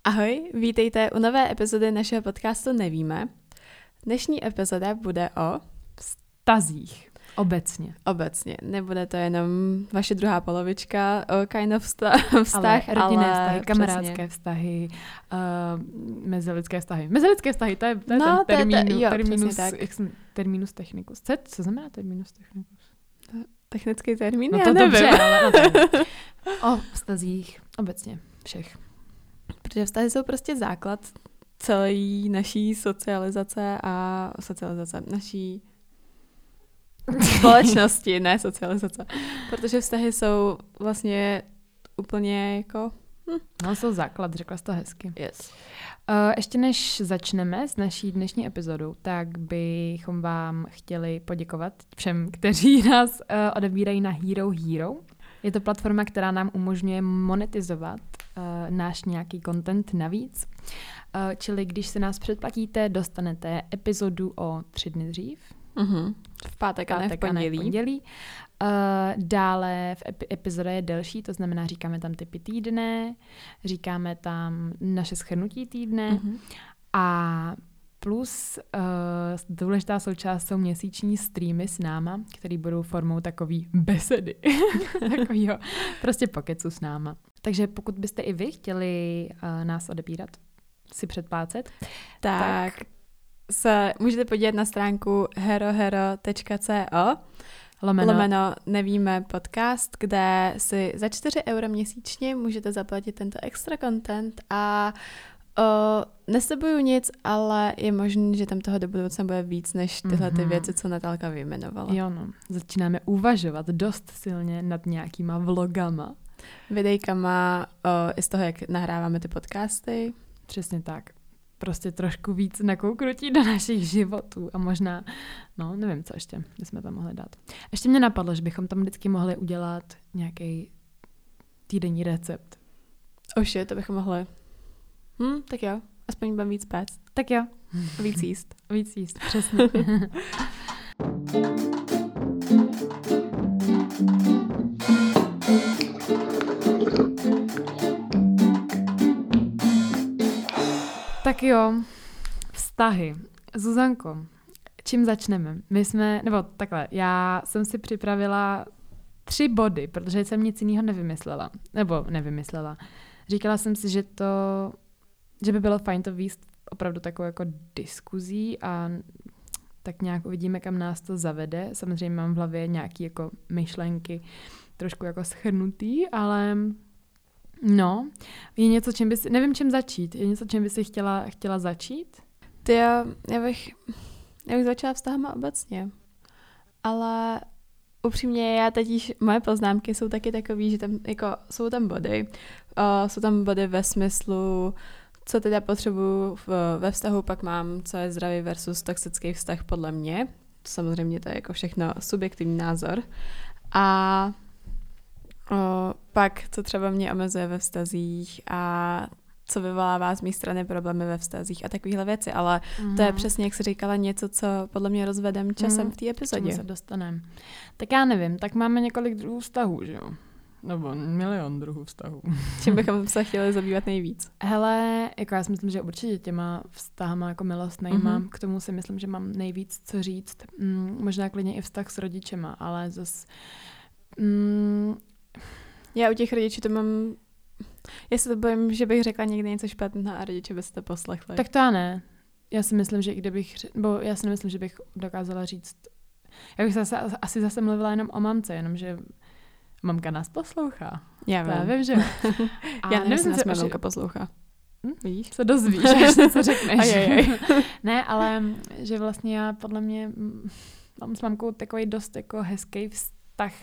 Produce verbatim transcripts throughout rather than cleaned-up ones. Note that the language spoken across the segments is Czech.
Ahoj, vítejte u nové epizody našeho podcastu Nevíme. Dnešní epizoda bude o vztazích. Obecně. Obecně. Nebude to jenom vaše druhá polovička, o kind of vztah, vztah ale rodinné ale vztahy, kamarádské přesně. vztahy, uh, mezilidské vztahy. Mezilidské vztahy, to je, to je No, ten to je termínu, te- jo, terminus, přesně tak. jak jsem, terminus technicus. Co, co znamená terminus technicus? Technický termín? No Já to nevím. dobře, ale no to je. O vztazích obecně všech. Protože vztahy jsou prostě základ celé naší socializace a socializace, naší společnosti, ne socializace. Protože vztahy jsou vlastně úplně jako... Hm. No, jsou základ, řekla jsi to hezky. Yes. Uh, ještě než začneme s naší dnešní epizodou, tak bychom vám chtěli poděkovat všem, kteří nás uh, odebírají na Hero Hero. Je to platforma, která nám umožňuje monetizovat uh, náš nějaký content navíc. Uh, čili když se nás předplatíte, dostanete epizodu o tři dny dřív. Uh-huh. V pátek a ne v pondělí. pondělí. Uh, dále v epi- epizoda je delší, to znamená, říkáme tam typy týdne, říkáme tam naše shrnutí týdne Uh-huh. a plus uh, důležitá součást jsou měsíční streamy s náma, které budou formou takový besedy. Takovýho prostě pokecu s náma. Takže pokud byste i vy chtěli uh, nás odebírat, si předplácet, tak, tak se můžete podívat na stránku herohero tečka co lomeno, lomeno nevíme podcast, kde si za čtyři eura měsíčně můžete zaplatit tento extra content a o, neslibuju nic, ale je možné, že tam toho do budoucna bude víc než tyhle ty Mhm. věci, co Natálka vyjmenovala. Jo no, začínáme uvažovat dost silně nad nějakýma vlogama. Videjkama o, i z toho, jak nahráváme ty podcasty. Přesně tak. Prostě trošku víc nakouknutí do našich životů a možná, no nevím, co ještě bychom tam mohli dát. Ještě mě napadlo, že bychom tam vždycky mohli udělat nějaký týdenní recept. Oh shit, to bychom mohli. Hm, tak jo, aspoň budeme víc péct. Tak jo. Víc jíst. Víc jíst, přesně. Tak jo, vztahy. Zuzanko, čím začneme? My jsme, nebo takhle, já jsem si připravila tři body, protože jsem nic jiného nevymyslela. Nebo nevymyslela. Říkala jsem si, že to, že by bylo fajn to víc opravdu takovou jako diskuzí a tak nějak uvidíme, kam nás to zavede. Samozřejmě mám v hlavě nějaké jako myšlenky trošku jako shrnutý, ale no, je něco, čím by si, nevím, čím začít. Je něco, čím by si chtěla, chtěla začít? Ty já, já bych, já bych začala vztahama obecně. Ale upřímně, já teď již, moje poznámky jsou taky takový, že tam, jako, jsou tam body. O, jsou tam body ve smyslu, co teda potřebuju v, ve vztahu, pak mám, co je zdravý versus toxický vztah podle mě. Samozřejmě to je jako všechno subjektivní názor. A o, pak, co třeba mě omezuje ve vztazích a co vyvolává z mé strany problémy ve vztazích a takovéhle věci, ale mm. to je přesně, jak jsi říkala, něco, co podle mě rozvedem časem mm. v té epizodě. Čemu se dostaneme. Tak já nevím, tak máme několik druhů vztahů, že jo? Nebo milion druhů vztahů. Čím bychom se chtěli zabývat nejvíc? Hele, jako já si myslím, že určitě těma vztahama jako milostnejma, Mm-hmm. k tomu si myslím, že mám nejvíc co říct. Mm, možná klidně i vztah s rodičema, ale zas... Mm, já u těch rodičů to mám... Já se to bojím, že bych řekla někdy něco špatného a rodiče by se to poslechli. Tak to já ne. Já si myslím, že i kdybych... Bo já si nemyslím, že bych dokázala říct... Já bych zase, asi zase mluvila jenom o mamce, jenomže mamka nás poslouchá. Já vím. Já vím, že Já nevím, jestli nás že... mamka poslouchá. Hm? Víš? Se dozvíš, až něco řekneš. Ajajaj. Ne, ale že vlastně já podle mě mám s mamkou takový dost jako hezký vztah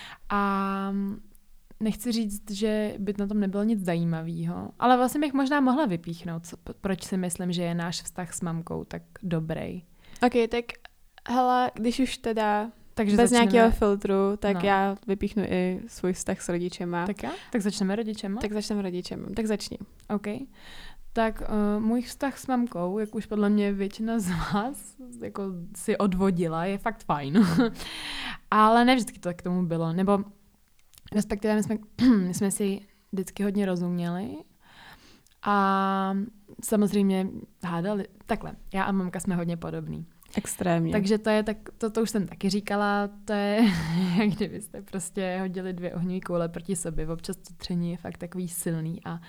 a nechci říct, že by na tom nebylo nic zajímavého, ale vlastně bych možná mohla vypíchnout, co, proč si myslím, že je náš vztah s mamkou tak dobrý. Ok, tak hele, když už teda Takže bez začneme... nějakého filtru, tak No. já vypíchnu i svůj vztah s rodičema. Tak jo? Tak začneme rodičema? Tak začneme rodičem. Tak začni. OK. Tak uh, můj vztah s mamkou, jak už podle mě většina z vás jako si odvodila, je fakt fajn. Ale ne vždycky to k tomu bylo. Nebo respektive my jsme, my jsme si vždycky hodně rozuměli A samozřejmě hádali, takhle, já a mamka jsme hodně podobný. Extrémně. Takže to je tak, to, to už jsem taky říkala, to je, jak kdybyste prostě hodili dvě ohnivé koule proti sobě. Občas to tření je fakt takový silný a,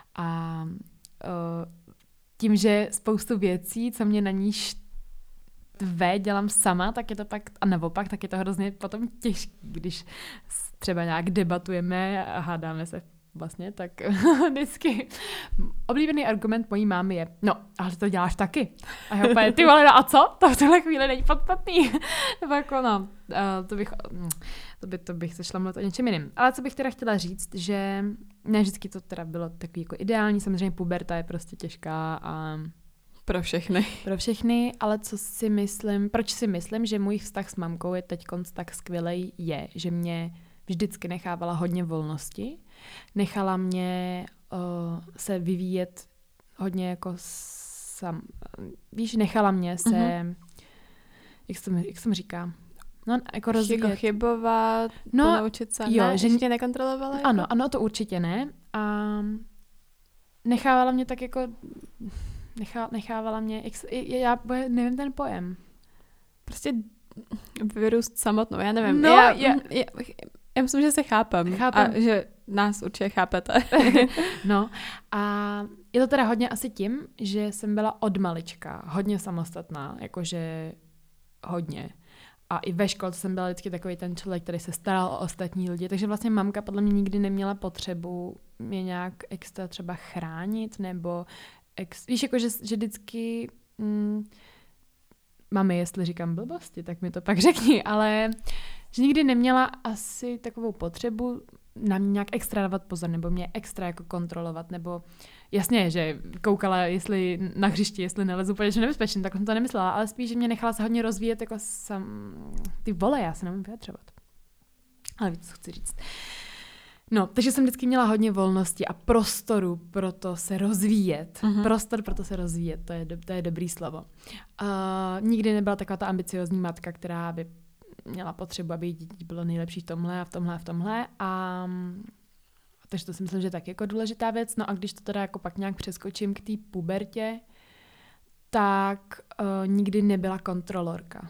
a uh, tím, že spoustu věcí, co mě na ní štve, dělám sama, tak je to pak, a naopak, tak je to hrozně potom těžký, když třeba nějak debatujeme a hádáme se vlastně, tak vždycky oblíbený argument mojí mámy je, no, ale to děláš taky. A já úplně, ty vole, no a co? To v téhle chvíli není podstatný. Nebo jako, no, to bych, to, by, to bych sešla mluvit o něčem jiným. Ale co bych teda chtěla říct, že ne vždycky to teda bylo takový jako ideální, samozřejmě puberta je prostě těžká a pro všechny. Pro všechny, ale co si myslím, proč si myslím, že můj vztah s mamkou je teďkonc tak skvělej, je, že mě vždycky nechávala hodně volnosti. Nechala mě uh, se vyvíjet hodně jako sam. Víš, nechala mě se, uh-huh. jak se jak se říká, no jako rozvíjet. Jako chybovat, no, naučit se, jo, ne? Že ještě nekontrolovala? Jako? Ano, ano, to určitě ne. A nechávala mě tak jako, nechá, nechávala mě, jak, já nevím ten pojem. Prostě vyrůst samotnou, já nevím. No, já, já, já, já myslím, že se chápem. chápem. A že nás určitě chápete. No a je to teda hodně asi tím, že jsem byla od malička hodně samostatná, jakože hodně. A i ve škole jsem byla vždycky takový ten člověk, který se staral o ostatní lidi, takže vlastně mamka podle mě nikdy neměla potřebu mě nějak extra třeba chránit, nebo ex, víš, jakože že vždycky mm, mami, jestli říkám blbosti, tak mi to pak řekni, ale že nikdy neměla asi takovou potřebu na mě nějak extra dávat pozor, nebo mě extra jako kontrolovat, nebo jasně, že koukala, jestli na hřišti, jestli nelezu úplně nebezpečně, tak jsem to nemyslela, ale spíš, že mě nechala se hodně rozvíjet jako sam... Ty vole, já se nemůžu vyjadřovat. Ale víc, co chci říct. No, takže jsem vždycky měla hodně volnosti a prostoru pro to se rozvíjet. Uh-huh. Prostor pro to se rozvíjet, to je, do, to je dobrý slovo. Uh, nikdy nebyla taková ta ambiciozní matka, která by měla potřebu, aby dítě bylo nejlepší v tomhle a v tomhle a v tomhle. A takže to si myslím, že je taky jako důležitá věc. No a když to teda jako pak nějak přeskočím k té pubertě, tak uh, nikdy nebyla kontrolorka.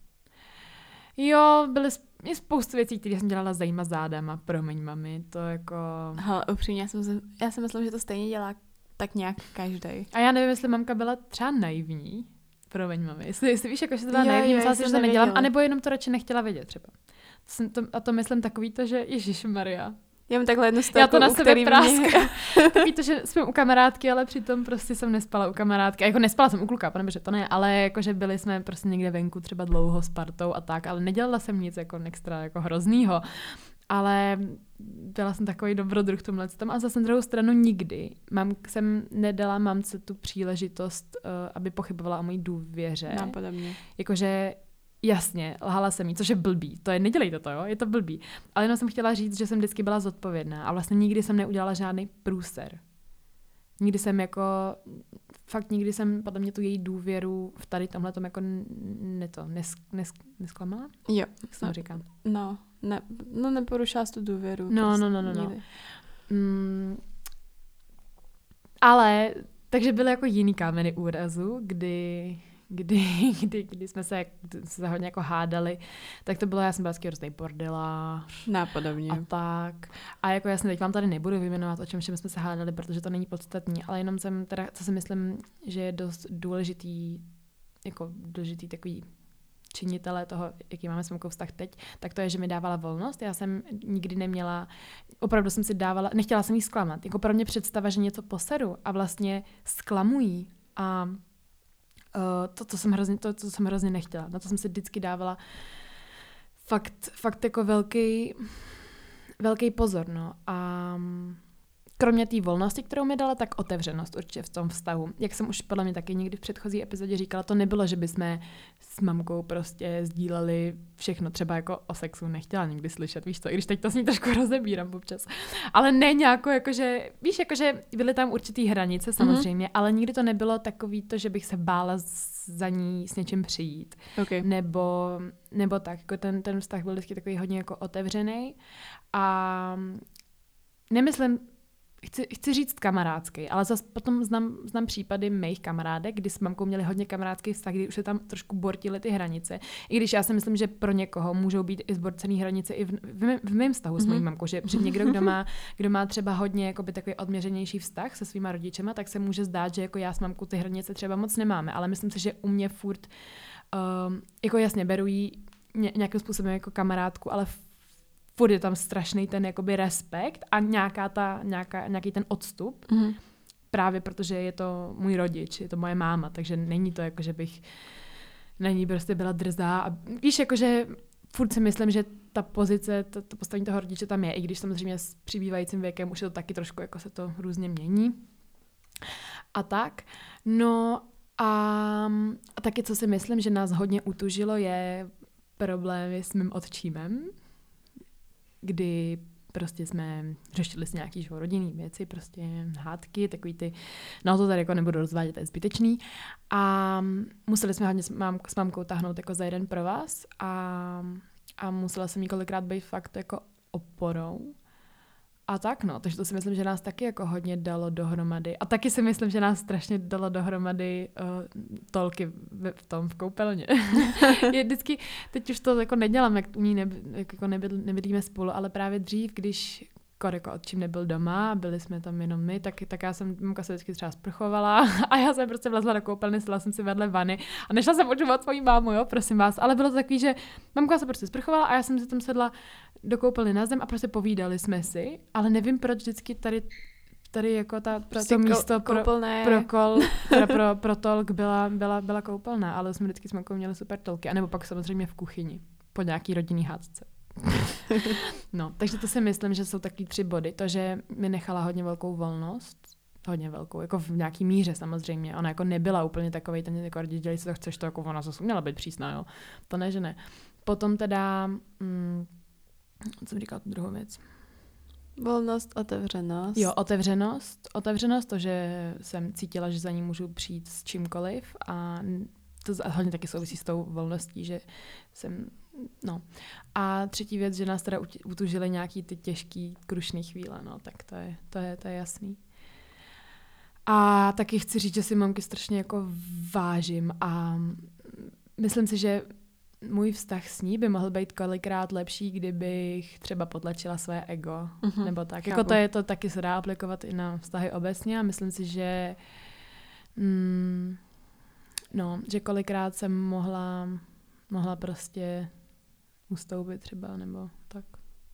Jo, byly je spoustu věcí, které jsem dělala zajíma zádama, promiň mami, to jako... Hele, upřímně, já, jsem, já si myslím, že to stejně dělá tak nějak každej. A já nevím, jestli mamka byla třeba naivní, promiň mami, jestli, jestli víš, jako, že to byla jo, naivní, myslela si, že to nedělám, anebo jenom to radši nechtěla vědět třeba. To jsem to, a to myslím takový to, že Ježišmarja. Já mám takhle jednu storku, já to na sebe práskám. Mě... Takový to, že jsme u kamarádky, ale přitom prostě jsem nespala u kamarádky. A jako nespala jsem u kluka, protože to ne, ale jakože byli jsme prostě někde venku třeba dlouho s partou a tak, ale nedělala jsem nic jako extra jako hroznýho. Ale byla jsem takový dobrodruh tomhle tom a zase na druhou stranu nikdy. Mám, jsem nedala mamce tu příležitost, uh, aby pochybovala o mojí důvěře. No, podobně. Jakože jasně, lhala jsem jí, což je blbý. To je, nedělejte to, jo, je to blbý. Ale jenom jsem chtěla říct, že jsem vždycky byla zodpovědná a vlastně nikdy jsem neudělala žádný průser. Nikdy jsem jako, fakt nikdy jsem podle mě tu její důvěru v tady tomhletom jako ne to, nes, nes, nesklamala? Jo. Jak se to říká? No, ne, no neporušila jsi tu důvěru. No, prostě no, no, no, no. Mm, ale, takže byly jako jiný kámeny úrazu, kdy... Kdy, kdy, kdy jsme se, kdy se hodně jako hádali, tak to bylo, já jsem byla vždycky hrozný bordela. Nápodobně. A tak. A jako jasně, teď vám tady nebudu vyjmenovat, o čem všem jsme se hádali, protože to není podstatný, ale jenom jsem teda, co si myslím, že je dost důležitý, jako důležitý takový činitelé toho, jaký máme s mamkou vztah teď, tak to je, že mi dávala volnost. Já jsem nikdy neměla, opravdu jsem si dávala, nechtěla jsem jí zklamat. Jako pro mě představa, že něco poseru a vlastně zklamují a Uh, to, to, jsem hrozně, to, to jsem hrozně nechtěla. Na to jsem si vždycky dávala fakt, fakt jako velký, velký pozor. No. A kromě té volnosti, kterou mi dala, tak otevřenost určitě v tom vztahu. Jak jsem už podle mě taky někdy v předchozí epizodě říkala, to nebylo, že bychom s mamkou prostě sdíleli všechno, třeba jako o sexu nechtěla nikdy slyšet, víš to, i když teď to s ní trošku rozebírám občas. Ale ne nějako, jakože, víš, jakože byly tam určitý hranice samozřejmě, mm-hmm. ale nikdy to nebylo takový to, že bych se bála za ní s něčím přijít. Okay. Nebo, nebo tak, jako ten, ten vztah byl vždycky takový hodně jako otevřený a nemyslím, chci, chci říct kamarádský, ale zase potom znám, znám případy mých kamarádek, kdy s mamkou měli hodně kamarádský vztah, kdy už se tam trošku bortily ty hranice. I když já si myslím, že pro někoho můžou být i zborcený hranice i v, v, v mém vztahu s mojí mm-hmm. mamkou, že, že někdo, kdo má, kdo má třeba hodně jakoby, takový odměřenější vztah se svýma rodičema, tak se může zdát, že jako já s mamkou ty hranice třeba moc nemáme, ale myslím si, že u mě furt um, jako jasně beru jí ně, nějakým způsobem jako kamarádku, ale furt je tam strašný ten jakoby respekt a nějaká ta, nějaká, nějaký ten odstup, mm-hmm. právě protože je to můj rodič, je to moje máma, takže není to jako, že bych na ní prostě byla drzá a víš, jakože furt si myslím, že ta pozice, to, to postavení toho rodiče tam je, i když samozřejmě s přibývajícím věkem už je to taky trošku, jako se to různě mění. A tak. No a, a taky, co si myslím, že nás hodně utužilo, je problémy s mým otčímem, kdy prostě jsme řešili si nějaký život, rodinný věci, prostě hádky, takový ty, no to tady jako nebudu rozvádět, to je zbytečný. A museli jsme hodně s, mám, s mámkou tahnout jako za jeden pro vás a, a musela jsem jí kolikrát být fakt jako oporou. A tak no, takže to si myslím, že nás taky jako hodně dalo dohromady. A taky si myslím, že nás strašně dalo dohromady uh, tolky v, v tom, v koupelně. Je vždycky, teď už to jako nedělám, jak u ní neby, jako nebydl, nebydlíme spolu, ale právě dřív, když jako otčím nebyl doma, byli jsme tam jenom my, tak, tak já jsem, mamka se vždycky třeba sprchovala a já jsem prostě vlezla do koupelny, stala jsem si vedle vany a nešla jsem počívat svojí mámu, jo, prosím vás, ale bylo to takový, že mamka se prostě sprchovala a já jsem si tam sedla do koupelny na zem a prostě povídali jsme si, ale nevím, proč vždycky tady tady jako ta, prostě to místo pro, pro, kol, pro, pro, pro tolk byla, byla, byla koupelna, ale jsme vždycky s mamkou měli super tolky, anebo pak samozřejmě v kuchyni, po nějaký rodinný hádce. No, takže to si myslím, že jsou taky tři body. To, že mi nechala hodně velkou volnost, hodně velkou, jako v nějaký míře samozřejmě. Ona jako nebyla úplně takovej, ten jako rodič, dělej si to chceš, to jako ona zase měla být přísná, jo. To ne, že ne. Potom teda, mm, co jsem říkala tu druhou věc? Volnost, otevřenost. Jo, otevřenost. Otevřenost, to, že jsem cítila, že za ní můžu přijít s čímkoliv a to hodně taky souvisí s tou volností, že jsem, no. A třetí věc, že nás teda utužily nějaký ty těžký, krušný chvíle, no, tak to je, to je, to je jasný. A taky chci říct, že si mamky strašně jako vážím a myslím si, že můj vztah s ní by mohl být kolikrát lepší, kdybych třeba potlačila své ego, mm-hmm, nebo tak. Jako to je to, taky se dá aplikovat i na vztahy obecně a myslím si, že mm, no, že kolikrát jsem mohla mohla prostě ustoupit třeba, nebo tak.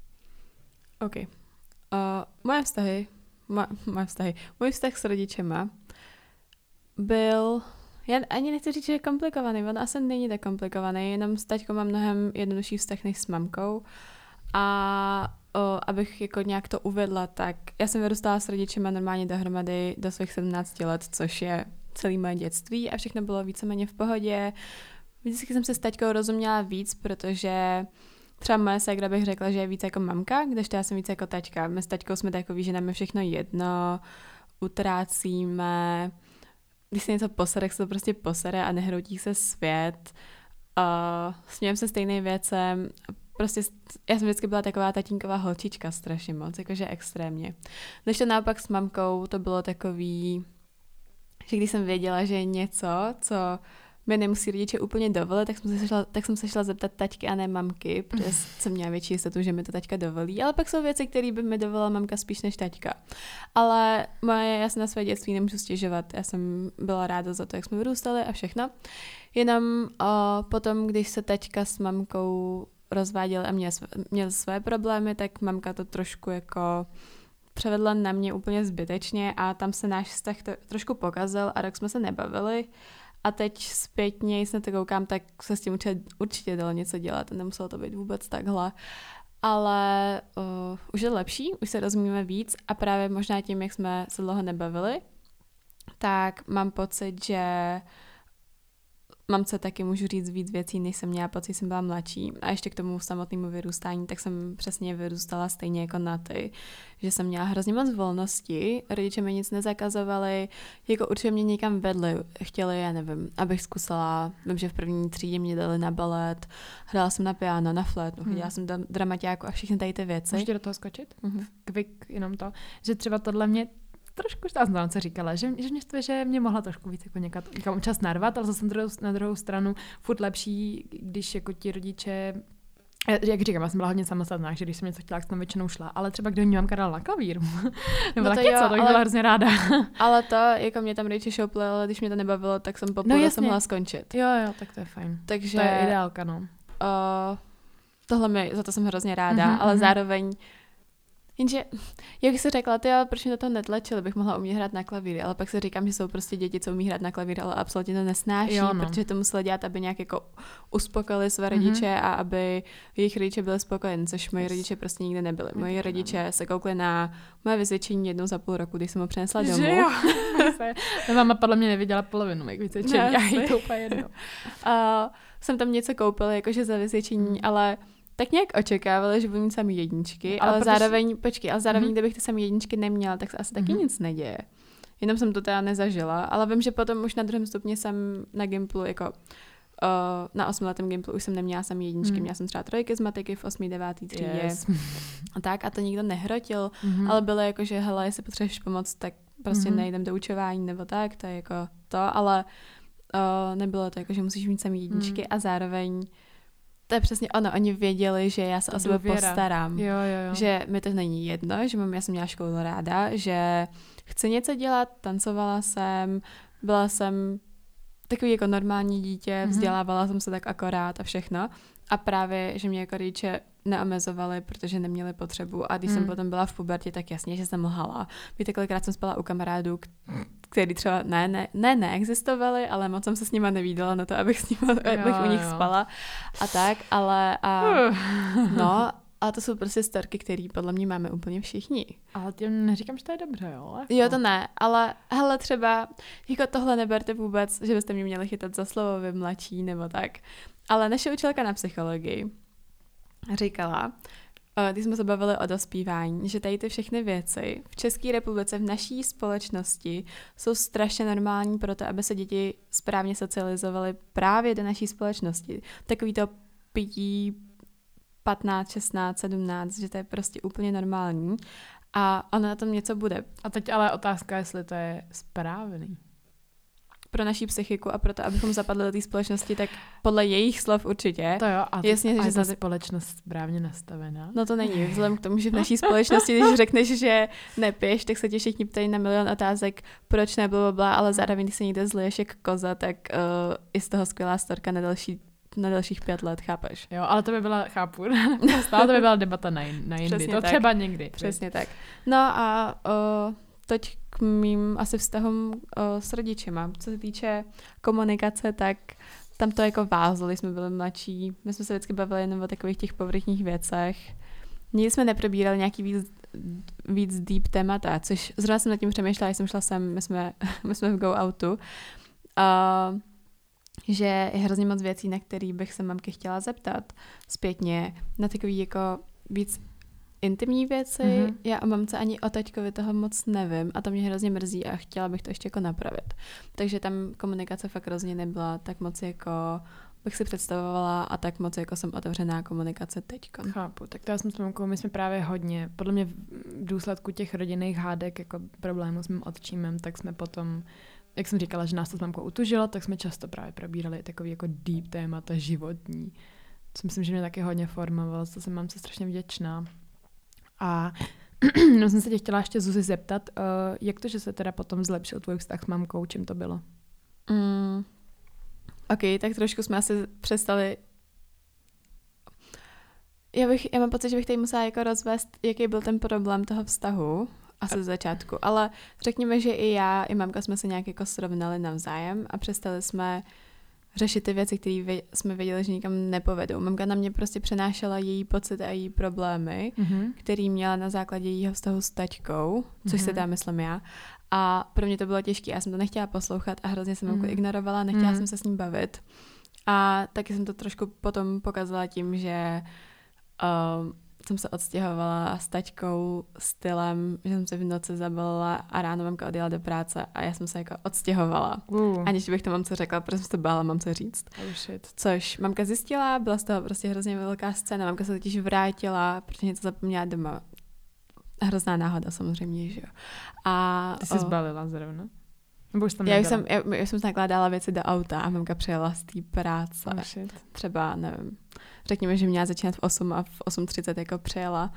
OK. Uh, moje vztahy, mo, moje vztahy, můj vztah s rodičema byl, já ani nechci říct, že je komplikovaný, on asi není tak komplikovaný, jenom s taťkou mám mnohem jednodušší vztah než s mamkou. A o, abych jako nějak to uvedla, tak já jsem vyrůstala s rodičema normálně dohromady do svých sedmnácti let, což je celé moje dětství a všechno bylo víceméně v pohodě. Vždycky jsem se s taťkou rozuměla víc, protože třeba moje ségra bych řekla, že je víc jako mamka, kdežto já jsem víc jako taťka. My s taťkou jsme takový, že nám je všechno jedno, utrácíme, když se něco posere, se to prostě posere a nehroutí se svět. Uh, smějeme se stejným věcem. Prostě já jsem vždycky byla taková tatínková holčička strašně moc, jakože extrémně. Než to naopak s mamkou to bylo takový, že když jsem věděla, že je něco, co mi nemusí rodiče úplně dovolit, tak jsem se šla, tak jsem se šla zeptat taťky a ne mamky, protože jsem měla větší jistotu, že mi to taťka dovolí, ale pak jsou věci, které by mi dovolila mamka spíš než taťka. Ale moje, já se na své dětství nemůžu stěžovat, já jsem byla ráda za to, jak jsme vyrůstali a všechno. Jenom o, potom, když se taťka s mamkou rozváděli a měl, měl své problémy, tak mamka to trošku jako převedla na mě úplně zbytečně a tam se náš vztah to, trošku pokazil a rok jsme se nebavili. A teď zpětně, když na to koukám, tak se s tím určitě, určitě dalo něco dělat. Nemuselo to být vůbec takhle. Ale uh, už je lepší, už se rozumíme víc a právě možná tím, jak jsme se dlouho nebavili, tak mám pocit, že mamce taky můžu říct víc věcí, než jsem měla pocit, jsem byla mladší. A ještě k tomu samotnému vyrůstání, tak jsem přesně vyrůstala stejně jako na ty, že jsem měla hrozně moc volnosti, rodiče mi nic nezakazovali, jako určitě mě někam vedli, chtěli, já nevím, abych zkusila, vím, že v první třídě mě dali na balet, hrála jsem na piano, na flétnu, chodila hmm. jsem do dramaťáku a všechny tady ty věci. Můžu do toho skočit? Mm-hmm. Kvik, jenom to, že třeba tohle mě trošku štázná, co říkala, že, že, mě, že mě mohla trošku víc jako někat, někam občas narvat, ale zase na druhou, na druhou stranu furt lepší, když jako ti rodiče, jak říkám, já jsem byla hodně samostatná, že když jsem něco chtěla, tak jsem většinou šla, ale třeba když mě mamka dala na klavír, nebo no taky jo, co, to bych byla hrozně ráda. Ale to, jako mě tam rodiče šoupli, ale když mě to nebavilo, tak jsem po půl no, jsem mohla skončit. Jo, jo, tak to je fajn. Takže, to je ideálka, no. Uh, tohle mi, za to jsem hrozně ráda, mm-hmm, ale mm-hmm. zároveň jenže, jak jsi řekla, ty, ale proč mě do toho netlačili, bych mohla umět hrát na klavír, ale pak si říkám, že jsou prostě děti, co umí hrát na klavír, ale absolutně to nesnáší, jo, no. Protože to museli dělat, aby nějak jako uspokojili své rodiče mm-hmm. a aby jejich rodiče byli spokojeni, což moji rodiče prostě nikdy nebyli. Moji rodiče se koukli na moje vysvědčení jednou za půl roku, když jsem ho přinesla domů. Že jo? Máma podle mě neviděla polovinu mých vysvědčení, já jí to úplně jedno. uh, jsem tam něco koupila, jakože za vysvědčení, mm. ale tak nějak očekávali, že budu mít samý jedničky, ale, ale protože... zároveň, počkej, ale zároveň, mm-hmm. kdybych ty samý jedničky neměla, tak se asi taky mm-hmm. nic neděje. Jenom jsem to teda nezažila, ale vím, že potom už na druhém stupni jsem na Gimplu, jako uh, na osmiletém Gimplu už jsem neměla samý jedničky, mm. měla jsem třeba trojky z matiky v osmý, devátý třídě. Yes. A tak a to nikdo nehrotil, mm-hmm. ale bylo jako, že hele, jestli potřebuješ pomoc, tak prostě mm-hmm. nejdem do učování nebo tak, to je jako to, ale uh, nebylo to jako, že musíš mít samý jedničky mm. a zároveň to je přesně ono, oni věděli, že já se o sebe postarám, jo, jo, jo. že mi to není jedno, že mám, já jsem měla školu ráda, že chci něco dělat, tancovala jsem, byla jsem takový jako normální dítě, mm-hmm. vzdělávala jsem se tak akorát a všechno a právě, že mě jako rodiče neomezovali, protože neměli potřebu a když mm. jsem potom byla v pubertě, tak jasně, že jsem lhala. Víte, kolikrát jsem spala u kamarádů, který třeba ne, ne, ne, neexistovali, ale moc jsem se s nima nevídala na to, abych, s nima, jo, abych u nich jo. spala a tak, ale a, no, a to jsou prostě storky, které podle mě máme úplně všichni. Ale tím neříkám, že to je dobře, jo? Jako. Jo, to ne, ale hele, třeba, jako tohle neberte vůbec, že byste mě měli chytat za slovo vy mladší nebo tak, ale naše učitelka na psychologii říkala, když jsme se bavili o dospívání, že tady ty všechny věci v České republice, v naší společnosti jsou strašně normální pro to, aby se děti správně socializovaly právě do naší společnosti. Takový to pití patnáct, šestnáct, sedmnáct, že to je prostě úplně normální a ono na tom něco bude. A teď ale otázka, jestli to je správný. Pro naší psychiku a pro to, abychom zapadli do té společnosti, tak podle jejich slov určitě. To jo, a, jasně, a že je ta za... společnost správně nastavená? No to není, vzhledem k tomu, že v naší společnosti, když řekneš, že nepiješ, tak se tě všichni ptají na milion otázek, proč ne, blablabla, ale zároveň, když se někde zliješ jak koza, tak uh, je z toho skvělá storka na další na dalších pět let, chápeš? Jo, ale to by byla, chápu, stále to by byla debata na, na jindy, přesně to tak. Třeba někdy. Přesně tak. No a uh, teď k mým asi vztahům uh, s rodičema. Co se týče komunikace, tak tam to jako vázlo, když jsme byli mladší. My jsme se vždycky bavili jenom o takových těch povrchních věcech. Nikdy jsme neprobírali nějaký víc, víc deep témata, což zrovna jsem nad tím přemýšlela, když jsem šla sem, my jsme, my jsme v Go Outu. Uh, že je hrozně moc věcí, na který bych se mamky chtěla zeptat zpětně, na takový jako víc intimní věci. Mm-hmm. Já o mamce ani o taťkovi toho moc nevím a to mě hrozně mrzí a chtěla bych to ještě jako napravit. Takže tam komunikace fakt hrozně nebyla tak moc jako bych si představovala a tak moc jako jsem otevřená komunikace teďka. Chápu, tak to já jsem s mamkou, my jsme právě hodně, podle mě v důsledku těch rodinných hádek, jako problémů s mým otčímem, tak jsme potom, jak jsem říkala, že nás to s mamkou utužilo, tak jsme často právě probírali takový jako deep témata životní. To myslím, že mě taky hodně formovalo, to jsem mamce strašně vděčná. A no, jsem se tě chtěla ještě Zuzi zeptat, uh, jak to, že se teda potom zlepšil tvůj vztah s mamkou, čím to bylo? Mm. OK, tak trošku jsme asi přestali. Já, bych, já mám pocit, že bych tady musela jako rozvést, jaký byl ten problém toho vztahu, asi z začátku, ale řekněme, že i já, i mamka jsme se nějak jako srovnali navzájem a přestali jsme řešit ty věci, které jsme věděli, že nikam nepovedou. Mamka na mě prostě přenášela její pocity a její problémy, mm-hmm. který měla na základě jejího vztahu s taťkou, což mm-hmm. se tam myslím já. A pro mě to bylo těžké, já jsem to nechtěla poslouchat a hrozně jsem mamku Mm. ignorovala, nechtěla Mm. jsem se s ním bavit. A taky jsem to trošku potom pokazala tím, že um, jsem se odstěhovala s taťkou stylem, že jsem se v noci zabalila a ráno mamka odjela do práce a já jsem se jako odstěhovala. Uh. Aniž bych to mamce řekla, protože jsem to bála mamce říct. Oh shit. Což mamka zjistila, byla z toho prostě hrozně velká scéna, mamka se totiž vrátila, protože něco zapomněla doma. Hrozná náhoda samozřejmě, že jo. A, Ty jsi o, zbalila zrovna? Nebo už tam já, už nebyla? jsem, já, já jsem nakládala věci do auta a mamka přijela z té práce. Oh shit. Třeba, nevím, řekněme, že měla začínat v osm a v osm třicet jako přijela.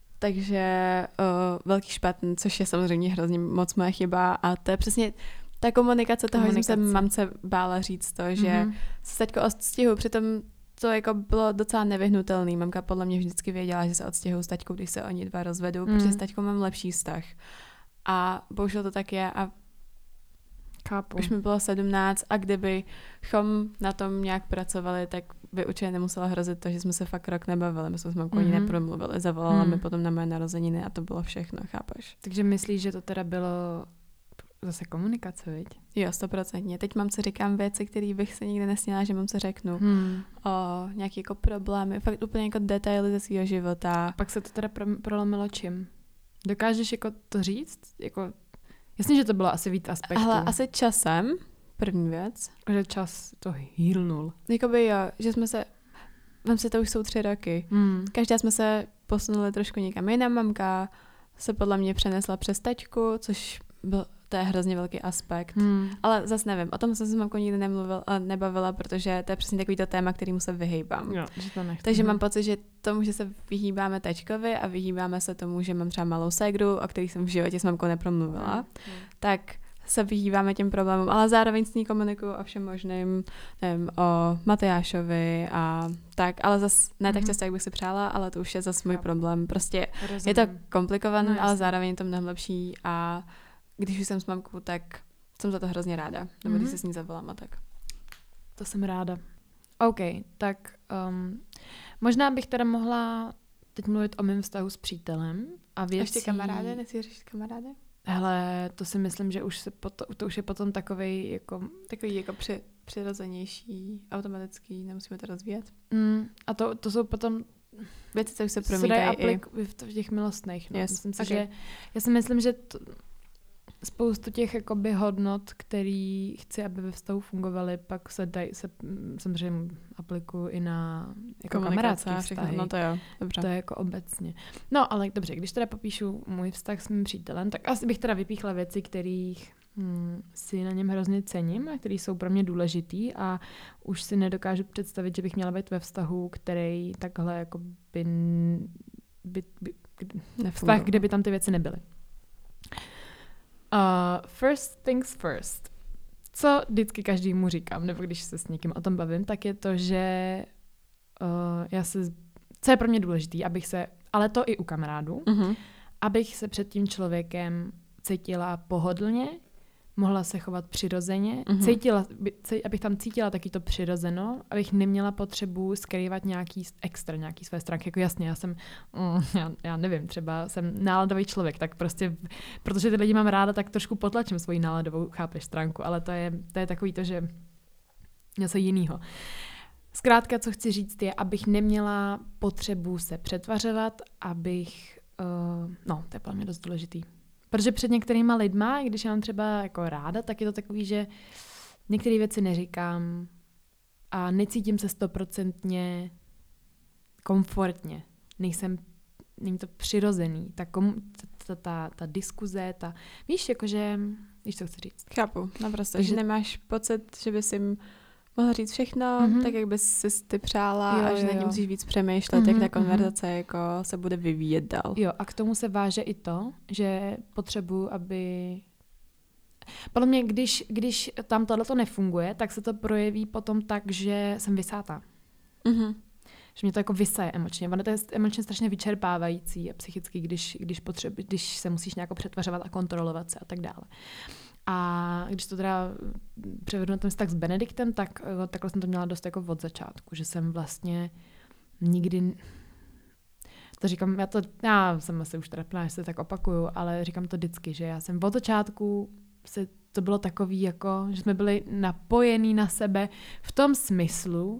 Takže uh, velký špatný, což je samozřejmě hrozně moc moje chyba a to je přesně ta komunikace toho, komunikace. Že jsem se mamce bála říct to, že mm-hmm. se teďko odstěhu, přitom to jako bylo docela nevyhnutelný. Mamka podle mě vždycky věděla, že se odstěhuju s taťkou, když se oni dva rozvedou, mm. protože s taťkou mám lepší vztah. A bohužel to tak je a Chápu. už mi bylo sedmnáct a kdybychom na tom nějak pracovali, tak by určitě nemusela hrozit to, že jsme se fakt rok nebavili. My jsme s mamkou mm-hmm. ani nepromluvili. Zavolala mm. mi potom na moje narozeniny a to bylo všechno, chápeš? Takže myslíš, že to teda bylo zase komunikace, viď? Jo, stoprocentně. Teď mamce říkám věci, které bych se nikdy nesměla, že mamce řeknu. Hmm. O nějaké jako problémy, fakt úplně jako detaily ze svého života. A pak se to teda pro, prolomilo čím? Dokážeš jako to říct? Jako, jasně, že to bylo asi víc aspektů. Ale asi časem, první věc. Že čas to hýlnul. Jakoby jo, že jsme se, vem si to už jsou tři roky. Hmm. Každá jsme se posunuli trošku někam jinam. Mamka se podle mě přenesla přes taťku, což byl to je hrozně velký aspekt. Hmm. Ale zase nevím, o tom jsem s mamkou nikdy nemluvil, nebavila, protože to je přesně takový to téma, kterýmu se vyhýbám. Jo, že to nechci. Takže mám pocit, že tomu, že se vyhýbáme tačkovi a vyhýbáme se tomu, že mám třeba malou ségru, o který jsem v životě s mamkou nepromluvila, hmm. tak se vyhýbáme těm problémům, ale zároveň s ní komunikuju o všem možným, nevím, o Matyášovi a tak, ale zase ne tak často, jak bych si přála, ale to už je zase můj problém. Prostě rozumím. Je to komplikované, no, ale zároveň je to mnohem lepší a když už jsem s mamkou, tak jsem za to hrozně ráda. Nebo když se s ní zavolám a tak. To jsem ráda. OK, tak um, možná bych teda mohla teď mluvit o mém vztahu s přítelem a věcí... Ještě kamarády? Nechci řešit kamarády? Hele, to si myslím, že už se potom, to už je potom takovej jako... Takový jako při, přirozenější, automatický, nemusíme to rozvíjet. Mm, a to, to jsou potom... Věci, co už se promítají i... v těch milostných. No. Yes. Myslím si, okay. že... Já si myslím, že... To, spoustu těch jakoby hodnot, který chci, aby ve vztahu fungovaly, pak se dají, se samozřejmě aplikuju i na jako kamarádské vztahy. No to jo, dobře. To je jako obecně. No, ale dobře, když teda popíšu můj vztah s mým přítelem, tak asi bych teda vypíchla věci, kterých hm, si na něm hrozně cením a které jsou pro mě důležitý a už si nedokážu představit, že bych měla být ve vztahu, který takhle jako by, by, by, by vztah, kde by tam ty věci nebyly. Uh, first things first. Co vždycky každému říkám, nebo když se s někým o tom bavím, tak je to, že uh, já se, co je pro mě důležitý, abych se, ale to i u kamarádů, uh-huh. abych se před tím člověkem cítila pohodlně, mohla se chovat přirozeně, uh-huh. cítila, abych tam cítila taky to přirozeno, abych neměla potřebu skrývat nějaký extra, nějaký své stránky. Jako jasně, já jsem, mm, já, já nevím, třeba jsem náladový člověk, tak prostě, protože ty lidi mám ráda, tak trošku potlačím svoji náladovou, chápeš, stránku, ale to je, to je takový to, že něco jinýho. Zkrátka, co chci říct je, abych neměla potřebu se přetvařovat, abych, uh, no, to je pro mě dost důležitý. Protože před některýma lidma, když já mám třeba jako ráda, tak je to takový, že některé věci neříkám a necítím se stoprocentně komfortně. Nejsem, není to přirozený. Ta, kom, ta, ta, ta diskuze, ta, víš, jakože, víš, co chci říct. Chápu, naprosto. Takže nemáš pocit, že bys jim mohla říct všechno, mm-hmm. tak jak bys si ty přála jo, a že na tím musíš víc přemýšlet, mm-hmm, jak ta konverzace mm-hmm. jako se bude vyvíjet dál. Jo, a k tomu se váže i to, že potřebuji, aby... Podle mě, když, když tam tohleto nefunguje, tak se to projeví potom tak, že jsem vysátá. Mm-hmm. Že mě to jako vysaje emočně. Ono to je emočně strašně vyčerpávající a psychicky, když, když, potřebu, když se musíš nějak přetvařovat a kontrolovat se a tak dále. A když to teda převedu na ten vztah s Benediktem, tak takhle jsem to měla dost jako od začátku, že jsem vlastně nikdy... To říkám, já to, já jsem asi už trapná, že se tak opakuju, ale říkám to vždycky, že já jsem od začátku se to bylo takový, jako, že jsme byli napojení na sebe v tom smyslu,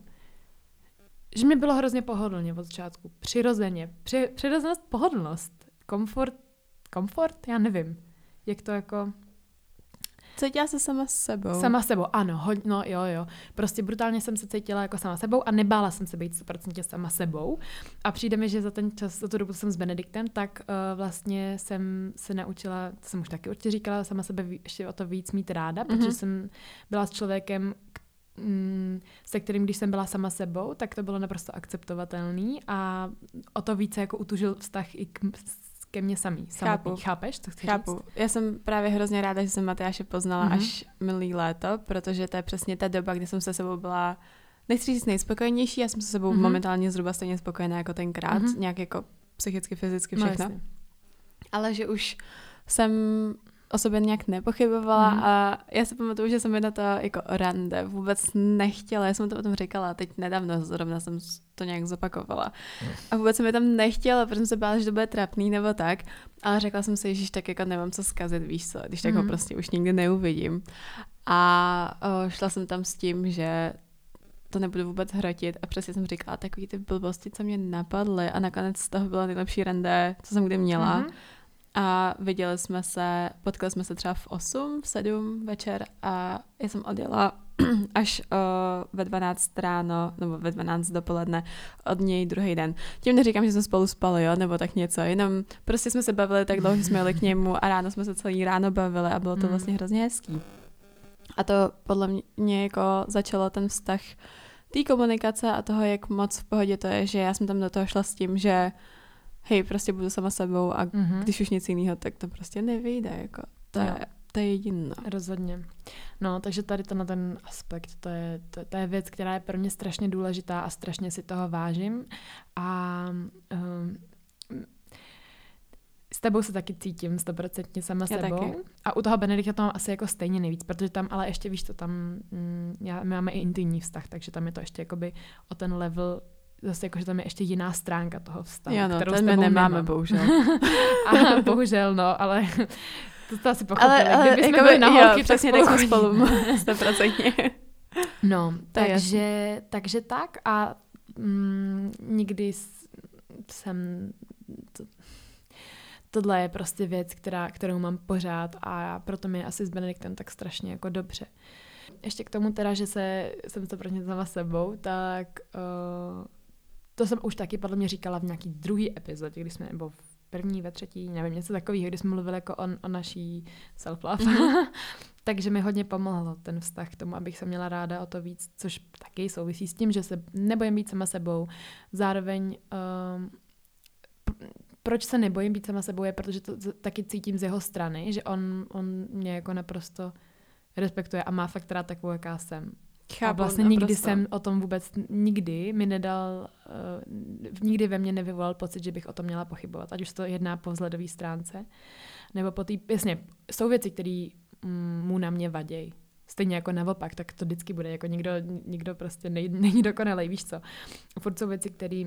že mi bylo hrozně pohodlně od začátku. Přirozeně. Při, přirozenost, pohodlnost. Komfort, komfort? Já nevím. Jak to jako... Cítila se sama s sebou. Sama s sebou, ano. Ho, no jo, jo. Prostě brutálně jsem se cítila jako sama sebou a nebála jsem se být sto procent sama sebou. A přijde mi, že za ten čas, za tu dobu, co jsem s Benediktem, tak uh, vlastně jsem se naučila, to jsem už taky určitě říkala, sama sebe ví, ještě o to víc mít ráda, mm-hmm. protože jsem byla s člověkem, mm, se kterým, když jsem byla sama sebou, tak to bylo naprosto akceptovatelný a o to více jako utužil vztah i k, ke mně samý. Samotný. Chápeš? To chci Chápu. říct? Já jsem právě hrozně ráda, že jsem Matyáše poznala mm-hmm. až minulý léto, protože to je přesně ta doba, kdy jsem se sebou byla, nechci říct nejspokojenější, já jsem se sebou mm-hmm. momentálně zhruba stejně spokojená jako tenkrát, mm-hmm. nějak jako psychicky, fyzicky, všechno. No, ale že už jsem o sobě nějak nepochybovala mm. a já si pamatuju, že jsem mi na to jako rande vůbec nechtěla, já jsem to o tom říkala, teď nedávno zrovna jsem to nějak zopakovala a vůbec jsem mi tam nechtěla, protože jsem se bála, že to bude trapný nebo tak, ale řekla jsem si, že tak jako nemám co zkazit, víš co, když tak mm. ho prostě už nikdy neuvidím a o, šla jsem tam s tím, že to nebudu vůbec hrotit a přesně jsem říkala takový ty blbosti, co mě napadly a nakonec z toho byla nejlepší rande, co jsem kdy měla. Mm. A viděli jsme se, potkali jsme se třeba v osm, v sedm večer a já jsem odjela až uh, ve dvanáct ráno, nebo ve dvanáct dopoledne od něj druhý den. Tím neříkám, že jsme spolu spali, jo, nebo tak něco, jenom prostě jsme se bavili tak dlouho, že jsme jeli k němu a ráno jsme se celý ráno bavili a bylo to vlastně hrozně hezký. A to podle mě jako začalo ten vztah té komunikace a toho, jak moc v pohodě to je, že já jsem tam do toho šla s tím, že hej, prostě budu sama sebou a mm-hmm. když už nic jiného, tak to prostě nevyjde, jako to je, to je jediné. Rozhodně. No, takže tady to na ten aspekt, to je, to, to je věc, která je pro mě strašně důležitá a strašně si toho vážím a um, s tebou se taky cítím stoprocentně sama já sebou. Taky. A u toho Benedikta to mám asi jako stejně nejvíc, protože tam, ale ještě víš to, tam mm, já, my máme i intimní vztah, takže tam je to ještě jakoby o ten level zase jako, že tam je ještě jiná stránka toho vztahu, jo, no, kterou ten s tebou nemáme, nemám. bohužel. Aha, bohužel, no, ale to to asi pochopili. Ale, ale Kdyby jsme jako byli na holky, jo, přesně tak jsme spolu, sto procent. No, takže, takže tak a mm, nikdy jsem... To, tohle je prostě věc, která, kterou mám pořád a proto mi je asi s Benediktem tak strašně jako dobře. Ještě k tomu teda, že se, jsem to pro ně sama sebou, tak uh, to jsem už taky podle mě říkala v nějaký druhý epizodě, kdy jsme, nebo v první, ve třetí, nevím, něco takového, kdy jsme mluvili jako o, o naší self-love. Mm-hmm. Takže mi hodně pomohlo ten vztah k tomu, abych se měla ráda o to víc, což taky souvisí s tím, že se nebojím být sama sebou. Zároveň um, proč se nebojím být sama sebou je, protože to taky cítím z jeho strany, že on, on mě jako naprosto respektuje a má fakt rád takovou, jaká jsem. Chápu, a vlastně naprosto. Nikdy jsem o tom vůbec, nikdy mi nedal, uh, nikdy ve mně nevyvolal pocit, že bych o tom měla pochybovat. Ať už to jedná po vzhledové stránce, nebo po té, jasně, jsou věci, které mm, mu na mě vadějí. Stejně jako naopak, tak to vždycky bude, jako nikdo, nikdo prostě nej, není dokonalej, víš co. Furt jsou věci, které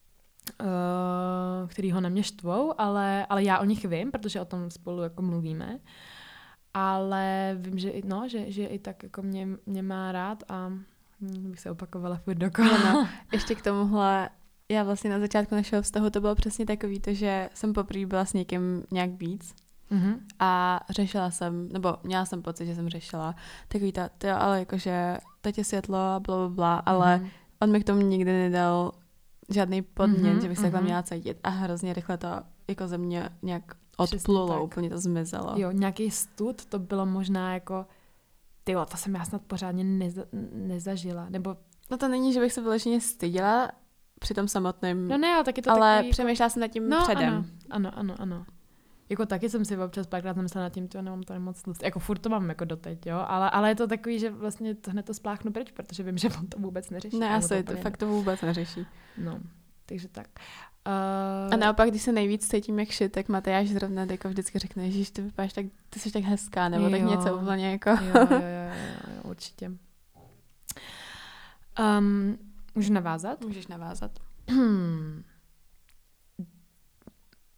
uh, který ho na mě štvou, ale, ale já o nich vím, protože o tom spolu jako mluvíme. Ale vím, že, no, že, že i tak jako mě, mě má rád a bych se opakovala furt dokola. No, ještě k tomuhle, já vlastně na začátku našeho vztahu to bylo přesně takový, to, že jsem poprvé byla s někým nějak víc mm-hmm. a řešila jsem, nebo měla jsem pocit, že jsem řešila takový ta, to ale jakože teď je světlo a bla, bla, bla, ale mm-hmm. on mi k tomu nikdy nedal žádný podnět, mm-hmm, že bych se mm-hmm. takhle měla cítit a hrozně rychle to jako ze mě nějak odplulo, úplně to zmizelo. Jo, nějaký stud, to bylo možná jako, tyjo, to jsem já snad pořádně neza, nezažila, nebo... No to není, že bych se vyloženě styděla při tom samotném, no ne, ale taky to ale takový, přemýšlela jako... jsem nad tím no, předem. Ano, ano, ano, ano. Jako taky jsem si občas párkrát zamyslela nad tím, to nemám tady moc lust. Jako furt to mám jako doteď, jo, ale, ale je to takový, že vlastně to hned to spláchnu pryč, protože vím, že on to vůbec neřeší. Ne, asi, to, to fakt to vůbec neřeší. No, takže tak. Uh... A naopak, když se nejvíc cítím jak shit, tak Matyáš zrovna jako vždycky řekne, Ježíš, ty vypadáš tak, ty jsi tak hezká, nebo jo, tak něco úplně jako... jo, jo, jo, jo, jo, určitě. Um, můžu navázat? Můžeš navázat.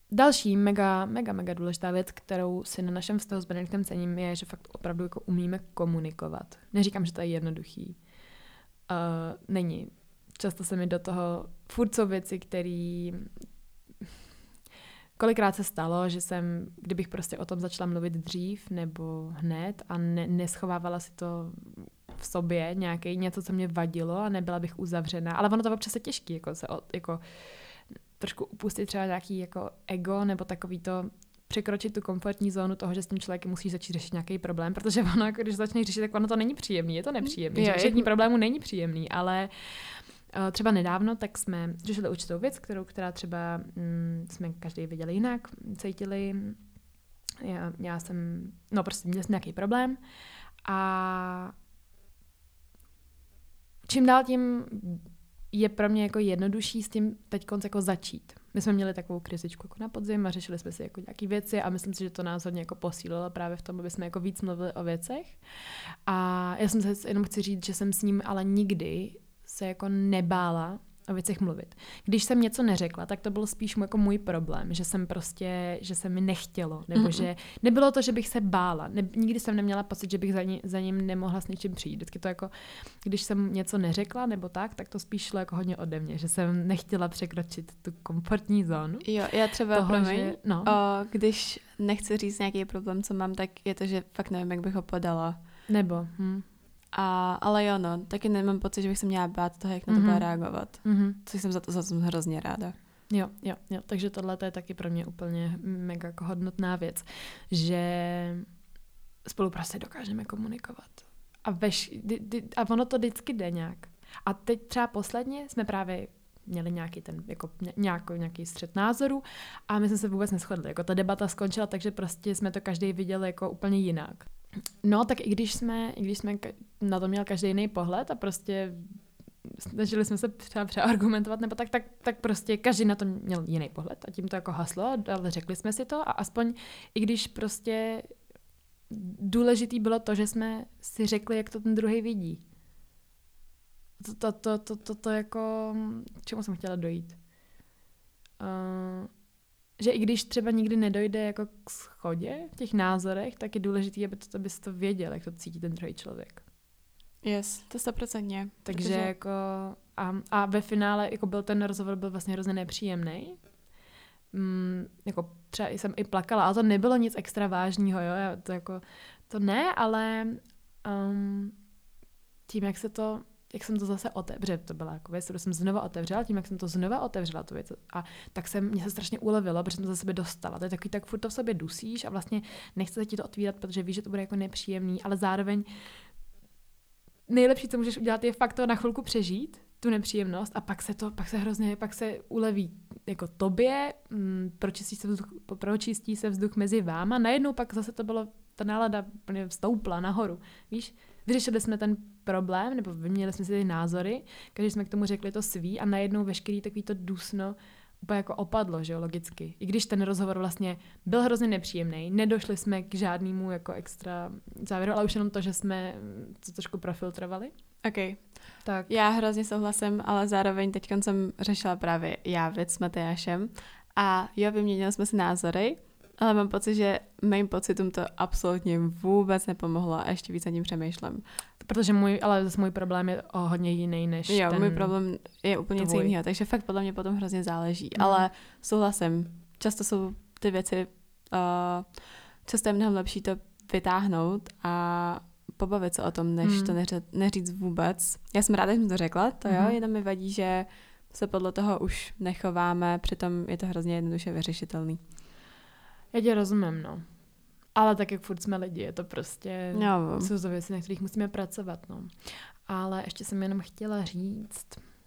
další mega, mega, mega důležitá věc, kterou si na našem vztahu s Benediktem cením, je, že fakt opravdu jako umíme komunikovat. Neříkám, že to je jednoduchý. Uh, není. Často se mi do toho furt jsou věci, které kolikrát se stalo, že jsem, kdybych prostě o tom začala mluvit dřív nebo hned a ne, neschovávala si to v sobě nějaký něco, co mě vadilo a nebyla bych uzavřená. Ale ono to občas je těžké, jako, se, jako trošku upustit třeba nějaký jako ego nebo takový to překročit tu komfortní zónu toho, že s tím člověkem musíš začít řešit nějaký problém, protože ono, jako, když začneš řešit, tak ono to není příjemný, je to nepříjemný. Jo, řešení problému není příjemný, ale uh, třeba nedávno tak jsme řešili určitou věc, kterou, která třeba mm, jsme každý viděli jinak, cítili. Já, já jsem, no prostě měl jsem nějaký problém a čím dál tím je pro mě jako jednodušší s tím teď jako začít. My jsme měli takovou krizičku jako na podzim a řešili jsme si jako nějaké věci a myslím si, že to nás hodně jako posílilo právě v tom, aby jsme jako víc mluvili o věcech. A já jsem se jenom chci říct, že jsem s ním ale nikdy se jako nebála o věcech mluvit. Když jsem něco neřekla, tak to byl spíš jako můj problém, že jsem prostě, že se mi nechtělo, nebo mm-hmm. že nebylo to, že bych se bála. Ne, nikdy jsem neměla pocit, že bych za, ní, za ním nemohla s něčím přijít. Vždycky to jako, když jsem něco neřekla, nebo tak, tak to spíš šlo jako hodně ode mě, že jsem nechtěla překročit tu komfortní zónu. Jo, já třeba, toho, promiň, že, no. o, když nechci říct nějaký problém, co mám, tak je to, že fakt nevím, jak bych ho podala. Nebo, hm. A, ale jo, no, taky nemám pocit, že bych se měla bát toho, jak na to mm-hmm. bude reagovat. Mm-hmm. Což jsem za to za to hrozně ráda. Jo, jo, jo. Takže tohle je taky pro mě úplně mega jako hodnotná věc, že spolu prostě dokážeme komunikovat. A, veš, di, di, a ono to vždycky jde nějak. A teď třeba posledně jsme právě měli nějaký ten, jako nějaký, nějaký střet názorů a my jsme se vůbec neshodli. Jako ta debata skončila, takže prostě jsme to každý viděl jako úplně jinak. No, tak i když jsme, i když jsme na to měl každý jiný pohled a prostě snažili jsme se třeba přeargumentovat, nebo tak, tak, tak prostě každý na to měl jiný pohled a tím to jako haslo, ale řekli jsme si to a aspoň, i když prostě důležitý bylo to, že jsme si řekli, jak to ten druhý vidí. To, to, to, to, to, to jako, čemu jsem chtěla dojít? Uh, že i když třeba nikdy nedojde jako k shodě v těch názorech, tak je důležitý, aby to, abys to věděl, jak to cítí ten druhý člověk. Yes, to stoprocentně. Takže protože... jako a, a ve finále jako byl ten rozhovor byl vlastně hrozně nepříjemný. Mm, jako třeba jsem i plakala, ale to nebylo nic extra vážného, jo, já to jako to ne, ale um, tím, jak se to jak jsem to zase otevřela, to byla jako věc, kterou jsem znova otevřela, tím, jak jsem to znova otevřela tu věc, a tak se mě se strašně ulevilo, protože jsem to za sebe dostala. To je takový, tak furt to v sobě dusíš a vlastně nechce ti to otvírat, protože víš, že to bude jako nepříjemný, ale zároveň nejlepší, co můžeš udělat, je fakt to na chvilku přežít, tu nepříjemnost, a pak se to, pak se hrozně, pak se uleví jako tobě, m, pročistí se vzduch, pročistí se vzduch mezi váma, najednou pak zase to bylo, ta nálada vstoupla nahoru, víš? Vyřešili jsme ten problém, nebo vyměnili jsme si ty názory, každý jsme k tomu řekli to svý a najednou veškerý takový to dusno úplně jako opadlo, že jo, logicky. I když ten rozhovor vlastně byl hrozně nepříjemný, nedošli jsme k žádnému jako extra závěru, ale už jenom to, že jsme to trošku profiltrovali. OK. Tak. Já hrozně souhlasím, ale zároveň teď jsem řešila právě já věc s Matyášem a jo, vyměnili jsme si názory, ale mám pocit, že mým pocitům to absolutně vůbec nepomohlo a ještě víc nad tím přemýšlím. Protože můj, ale zase můj problém je o hodně jiný než jo, ten můj problém je úplně něco jiného, takže fakt podle mě potom hrozně záleží. Mm. Ale souhlasím, často jsou ty věci, uh, často je mnohem lepší to vytáhnout a pobavit se o tom, než mm. to neře- neříct vůbec. Já jsem ráda, že jsem to řekla, to jo, mm. jenom mi vadí, že se podle toho už nechováme, přitom je to hrozně jednoduše vyřešitelný. Já tě rozumím, no. Ale tak, jak furt jsme lidi, je to prostě, no. jsou to věci, na kterých musíme pracovat, no. Ale ještě jsem jenom chtěla říct,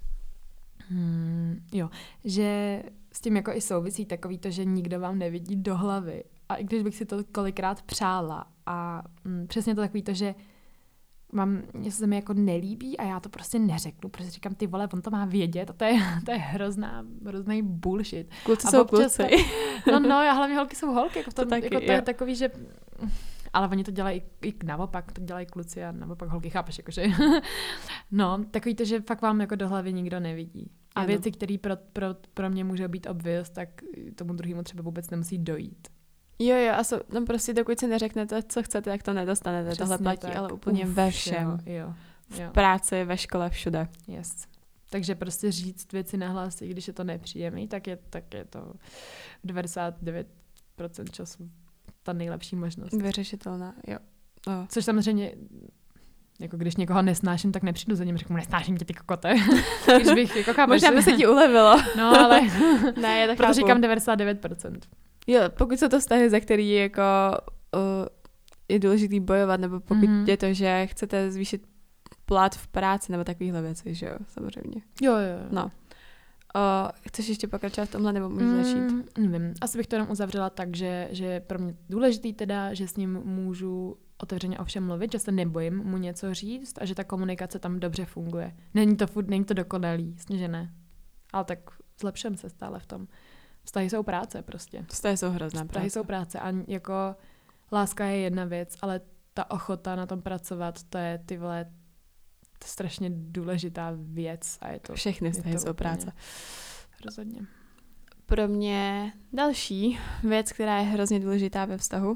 hmm, jo, že s tím jako i souvisí takový to, že nikdo vám nevidí do hlavy. A i když bych si to kolikrát přála a hm, přesně to takový to, že mám, něco se mi jako nelíbí a já to prostě neřeknu, protože říkám, ty vole, on to má vědět a to je, to je hrozná, hrozný bullshit. Kluci jsou kluci. No, no, a hlavně holky jsou holky, jako, v tom, to, taky, jako to je takový, že ale oni to dělají i, i naopak, to dělají kluci a naopak holky, chápeš, jakože no, takový to, že fakt vám jako do hlavy nikdo nevidí. A ano. věci, které pro, pro, pro mě může být obvious, tak tomu druhému třeba vůbec nemusí dojít. Jo, jo, a so, no prostě dokud si neřeknete, co chcete, tak to nedostanete. Přesně Tohle platí tak. ale úplně Uf, ve všem. Jo, jo, jo. V práci, ve škole, všude. Yes. Takže prostě říct věci nahlas, i když je to nepříjemný, tak je, tak je to devadesát devět procent času ta nejlepší možnost. Vyřešitelná, jo. Oh. Což samozřejmě, jako když někoho nesnáším, tak nepřijdu za ním, řeknu, nesnáším tě, ty kokote. Když bych, jako chápeš, Možná by se ti ulevilo. No, ale ne, já to proto chápu. říkám devadesát devět procent. Jo, pokud jsou to vztahy, za který jako uh, je důležitý bojovat, nebo pokud mm-hmm. je to, že chcete zvýšit plat v práci, nebo takovýhle věci, že jo, samozřejmě. Jo, jo, jo. No. Uh, chceš ještě pokračovat v tomhle, nebo můžeš mm, začít? Nevím, asi bych to jenom uzavřela tak, že, že je pro mě důležitý teda, že s ním můžu otevřeně o všem mluvit, že se nebojím mu něco říct a že ta komunikace tam dobře funguje. Není to, furt, není to dokonalý, jasně, že ne. Ale tak zlepším se stále v tom. Vztahy jsou práce prostě. Vztahy jsou hrozná Vztahy práce. jsou práce a jako láska je jedna věc, ale ta ochota na tom pracovat, to je ty vole to je strašně důležitá věc a je to... Všechny vztahy jsou práce. Rozhodně. Pro mě další věc, která je hrozně důležitá ve vztahu,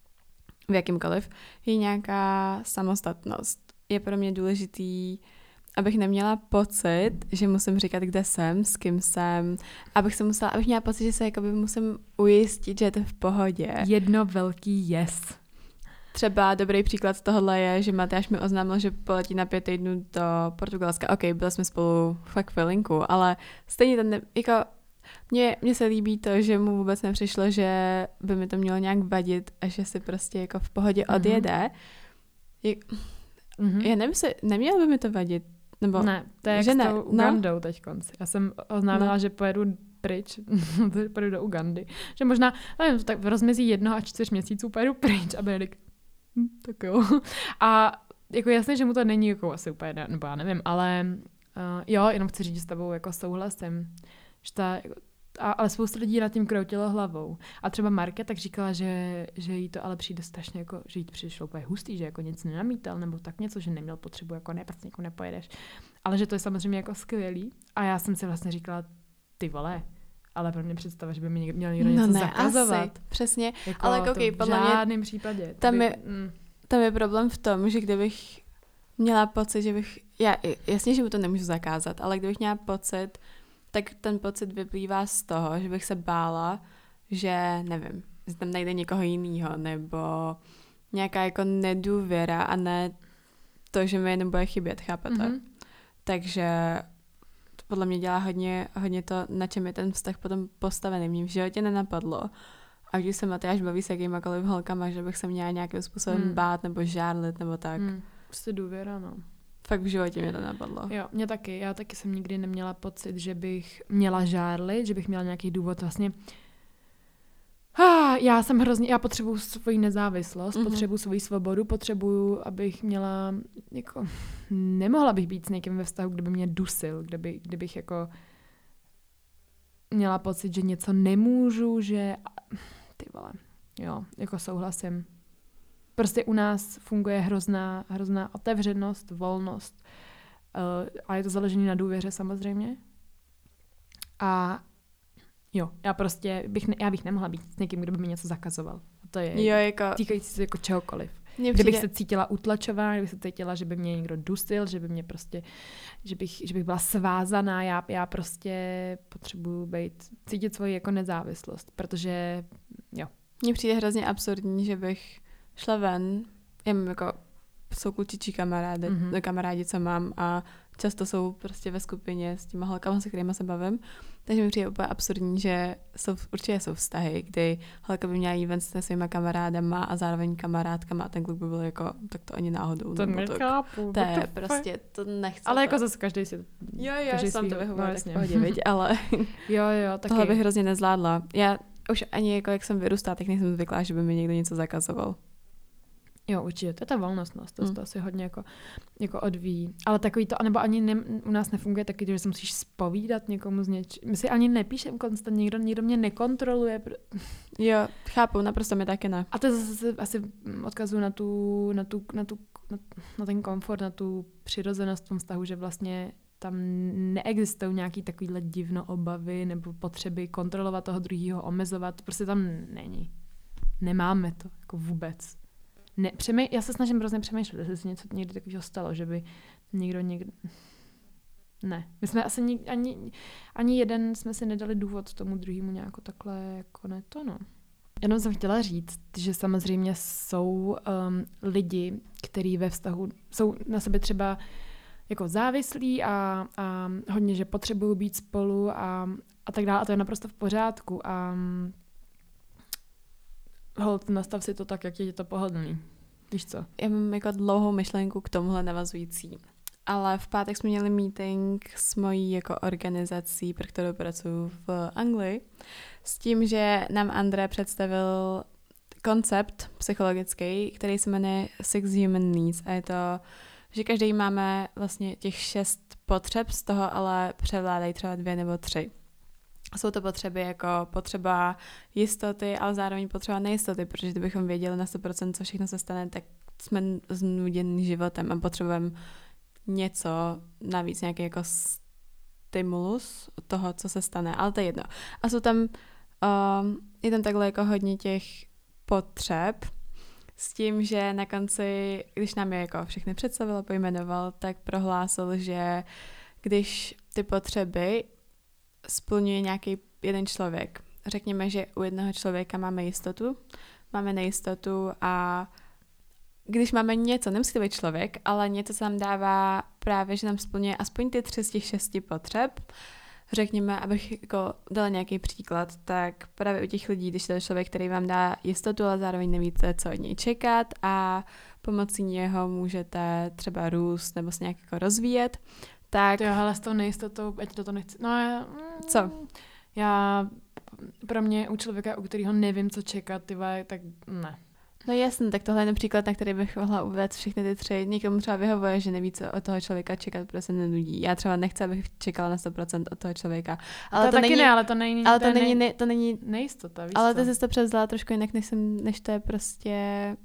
v jakýmkoliv, je nějaká samostatnost. Je pro mě důležitý, abych neměla pocit, že musím říkat, kde jsem, s kým jsem, abych se musela, abych měla pocit, že se jakoby musím ujistit, že je to v pohodě. Jedno velký yes. Třeba dobrý příklad tohohle je, že Matyáš mi oznámil, že poletí na pět týdnů do Portugalska. OK, byli jsme spolu fakt chvilinku, ale stejně ten, ne, jako, mně, mně se líbí to, že mu vůbec nepřišlo, že by mi to mělo nějak vadit a že si prostě jako v pohodě odjede. Mm-hmm. Je, mm-hmm. Já nevím, se, nemělo by mi to vadit. Nebo, ne, to je jak že s ne, tou Ugandou no? teď konci. Já jsem oznámila, no. že pojedu pryč, pojedu do Ugandy. Že možná, nevím, tak v rozmezí jednoho a čtyř měsíců pojedu pryč a Benedikt, hm, tak jo. A jako jasně, že mu to není jako asi úplně, ne, nebo já nevím, ale uh, jo, jenom chci říct s tebou jako souhlasím. Že ta, a, ale spousta lidí nad tím kroutilo hlavou. A třeba Marka tak říkala, že, že jí to ale přijde strašně jako, že jí to přišlo úplně hustý, že jako nic nenamítal, nebo tak něco, že neměl potřebu, jako ne, prostě jako nepojedeš. Ale že to je samozřejmě jako skvělý. A já jsem si vlastně říkala, ty vole, ale pro mě představa, že by mi měl někdo něco no ne, zakazovat. Asi, přesně, jako ale koukej, podle mě... v žádném případě. Tam by, je, mm. tam je problém v tom, že kdybych měla pocit, že bych... Já, jasně, že mu to nemůžu zakázat, ale kdybych měla pocit, tak ten pocit vyplývá z toho, že bych se bála, že, nevím, že tam najde někoho jinýho, nebo nějaká jako nedůvěra a ne to, že mi jenom bude chybět, chápete? Mm-hmm. Takže to podle mě dělá hodně, hodně to, na čem je ten vztah potom postavený. Mě v životě nenapadlo. A když se Matyáš baví s jakýmakoliv holkama, že bych se měla nějakým způsobem mm. bát nebo žárlit nebo tak. Mm. Prostě důvěra, no. Fakt v životě mě to napadlo. Jo, mě taky. Já taky jsem nikdy neměla pocit, že bych měla žárlit, že bych měla nějaký důvod vlastně. Ah, já jsem hrozně, já potřebuju svoji nezávislost, mm-hmm. potřebuju svoji svobodu, potřebuju, abych měla, jako, nemohla bych být s někým ve vztahu, kdyby mě dusil, kdyby, kdybych jako měla pocit, že něco nemůžu, že, ty vole, jo, jako souhlasím. Prostě u nás funguje hrozná, hrozná otevřenost, volnost uh, a je to založené na důvěře samozřejmě. A jo, já prostě bych, ne, já bych nemohla být s někým, kdo by mi něco zakazoval. A to je jo, jako... týkající se jako čehokoliv. Přijde... Kdybych se cítila utlačovaná, kdybych se cítila, že by mě někdo dusil, že by mě prostě, že bych, že bych byla svázaná, já, já prostě potřebuju být, cítit svoji jako nezávislost, protože jo. Mně přijde hrozně absurdní, že bych šla ven, já mám jako, jsou klučičí kamarády, mm-hmm. kamarádi, co mám a často jsou prostě ve skupině s těma holkama, se kterýma se bavím, takže mi přijde úplně absurdní, že jsou, určitě jsou vztahy, kdy holka by měla jít ven se svýma kamarádama a zároveň kamarádkama a ten kluk by byl jako, tak to ani náhodou. To nechápu. To je prostě, to nechce. Ale to. jako zase každý si... Jo, jo, každý jsem svý, to vyhovuje, no, tak v pohodě, viď, ale jo, jo, taky. tohle bych hrozně nezvládla. Já už ani jako jak jsem vyrůstala, tak nejsem zvyklá, že by mi někdo něco zakazoval. Jo, určitě, to je ta volnostnost, to, mm. to asi hodně jako, jako odvíjí. Ale takový to, nebo ani ne, u nás nefunguje taky, že se musíš zpovídat někomu z něčím. My si ani nepíšem konstantně, někdo, někdo mě nekontroluje. Jo, chápu, naprosto mi taky ne. A to zase asi odkazuju na tu, na tu, na tu, na, na ten komfort, na tu přirozenost v tom vztahu, že vlastně tam neexistují nějaký takovýhle divno obavy nebo potřeby kontrolovat toho druhého, omezovat, prostě tam není. Nemáme to, jako vůbec. Ne, přemý, já se snažím hrozně přemýšlet, jestli se něco někdy takového stalo, že by někdo někdo... Ne, my jsme asi nik, ani, ani jeden jsme si nedali důvod tomu druhému nějak takhle, jako ne to, no. Jenom jsem chtěla říct, že samozřejmě jsou um, lidi, kteří ve vztahu jsou na sebe třeba jako závislí a, a hodně, že potřebují být spolu a, a tak dále. A to je naprosto v pořádku. A holt, nastav si to tak, jak je to pohodlný. Víš co? Já mám jako dlouhou myšlenku k tomuhle navazující. Ale v pátek jsme měli meeting s mojí jako organizací, pro kterou pracuji v Anglii, s tím, že nám André představil koncept psychologický, který se jmenuje Six Human Needs. A je to, že každý máme vlastně těch šest potřeb, z toho ale převládají třeba dvě nebo tři. Jsou to potřeby jako potřeba jistoty, ale zároveň potřeba nejistoty, protože kdybychom věděli na sto procent, co všechno se stane, tak jsme znuděni životem a potřebujeme něco navíc, nějaký jako stimulus toho, co se stane, ale to je jedno. A jsou tam, um, je tam takhle jako hodně těch potřeb, s tím, že na konci, když nám je jako všechny představil a pojmenoval, tak prohlásil, že když ty potřeby splňuje nějaký jeden člověk, řekněme, že u jednoho člověka máme jistotu, máme nejistotu a když máme něco, nemusí to být člověk, ale něco se nám dává právě, že nám splňuje aspoň ty tři z těch šesti potřeb. Řekněme, abych jako dala nějaký příklad, tak právě u těch lidí, když to je člověk, který vám dá jistotu, ale zároveň nevíte, co od něj čekat a pomocí něho můžete třeba růst nebo se nějak jako rozvíjet, tak... Jo, ale s tou nejistotou, ať to to nechci... No, já... Co? Já... Pro mě u člověka, u kterého nevím, co čekat, ty vole, tak ne. No jasně, tak tohle je například, na který bych mohla uvést všechny ty tři. Někomu třeba vyhovuje, že neví, co od toho člověka čekat, protože se nenudí. Já třeba nechci, abych čekala na sto procent od toho člověka. Ale to, to taky není, ne, ale to není, ale to to není, nej, to není nejistota, víš ale co? ty jsi to převzala trošku jinak, než, jsem, než to je prostě...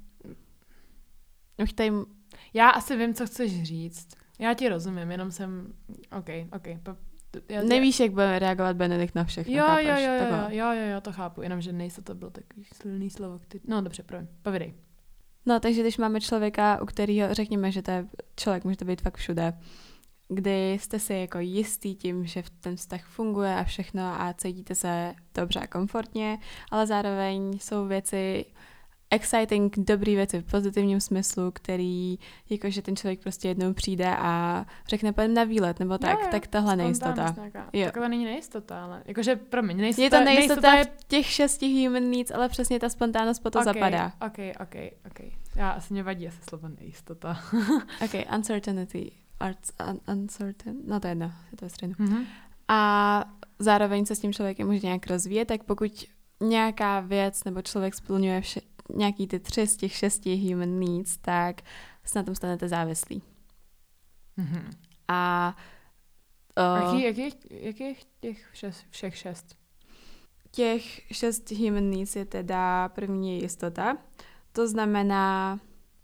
Už tady... Já asi vím, co chceš říct. Já ti rozumím, jenom jsem... OK, OK. Já, Nevíš, jak bude reagovat Benedikt na všechno, jo, chápeš? Jo, jo, jo, jo, jo, jo, to chápu, jenom že nejistota bylo takový silný slovo. Který... No dobře, promiň, povídej. No, takže když máme člověka, u kterého, řekněme, že to je člověk, může to být fakt všude, kdy jste si jako jistý tím, že ten vztah funguje a všechno a cítíte se dobře a komfortně, ale zároveň jsou věci exciting, dobrý věci v pozitivním smyslu, který, jakože ten člověk prostě jednou přijde a řekne, pojďme na výlet, nebo tak, jo, jo, tak tahle nejistota. Taková není nejistota, ale jakože, promiň, nejistota je to nejistota, nejistota je... v těch šesti human needs, ale přesně ta spontánnost po to okay, zapadá. Ok, ok, ok. Já asi mě vadí asi slovo nejistota. ok, uncertainty. Arts, un, uncertain, no to je jedno, je to stejno. Mm-hmm. A zároveň se s tím člověkem může nějak rozvíjet, tak pokud nějaká věc nebo člověk splňuje vše, nějaký ty tři z těch šesti human needs, tak se na tom stanete závislí. Mm-hmm. A uh, jaký, jaký, jaký těch šest, všech šest? Těch šest human needs je teda první je jistota. To znamená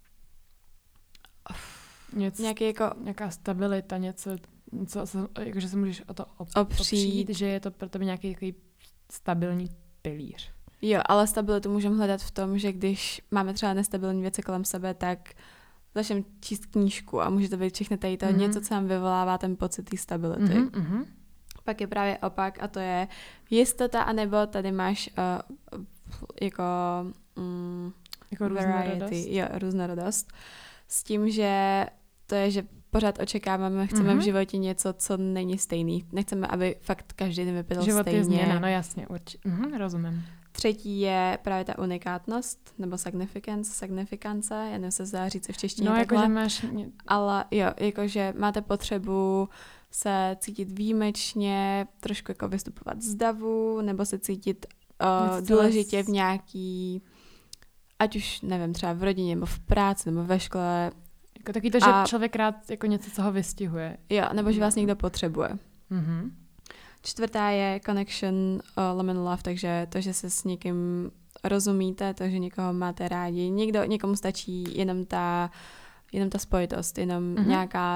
něco, nějaký jako... nějaká stabilita, něco, něco jakože se můžeš o to op- opřít. opřít, že je to pro tebe nějaký takový stabilní pilíř. Jo, ale stabilitu můžeme hledat v tom, že když máme třeba nestabilní věci kolem sebe, tak začneme číst knížku a může to být všechny tady to mm-hmm. něco, co nám vyvolává ten pocit té stability. Mm-hmm. Pak je právě opak a to je jistota, anebo tady máš uh, jako, um, jako variety, jo, různorodost. S tím, že to je, že pořád očekáváme, chceme mm-hmm. v životě něco, co není stejný. Nechceme, aby fakt každý den vypadal život stejně. Život je změna, no jasně, určitě. Mm-hmm, rozumím. Třetí je právě ta unikátnost, nebo significance, signifikance, já nevím, se zdá říct v češtině no, takhle. Jako, že máš... Ale jo, jakože máte potřebu se cítit výjimečně, trošku jako vystupovat z davu, nebo se cítit uh, důležitě v nějaký, ať už, nevím, třeba v rodině, nebo v práci, nebo ve škole. Jako taky to, že a... člověk rád jako něco, co ho vystihuje. Jo, nebo že vás někdo potřebuje. Mhm. Čtvrtá je connection, uh, lomeno love, takže to, že se s někým rozumíte, to, že někoho máte rádi. Někdo, někomu stačí jenom ta, jenom ta spojitost, jenom mm-hmm. nějaká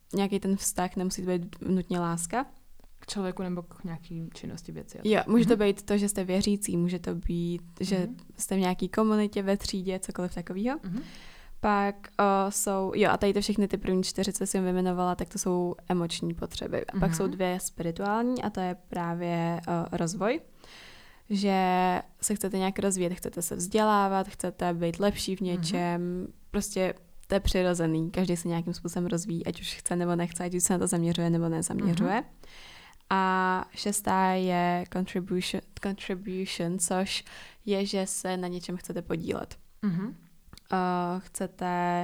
nějaký ten vztah, nemusí to být nutně láska. K člověku nebo k nějaký činnosti věci. Jo, může to být to, že jste věřící, může to být, že Mhm. jste v nějaký komunitě, ve třídě, cokoliv takového. Mhm. Pak uh, jsou, jo a tady ty všechny ty první čtyři, co jsem vyjmenovala, tak to jsou emoční potřeby. A pak Mhm. jsou dvě spirituální a to je právě uh, rozvoj. Že se chcete nějak rozvíjet, chcete se vzdělávat, chcete být lepší v něčem, mm-hmm. prostě to je přirozený, každý se nějakým způsobem rozvíjí, ať už chce nebo nechce, ať už se na to zaměřuje nebo nezaměřuje. Mm-hmm. A šestá je contribution, contribution, což je, že se na něčem chcete podílet. Mm-hmm. Uh, chcete,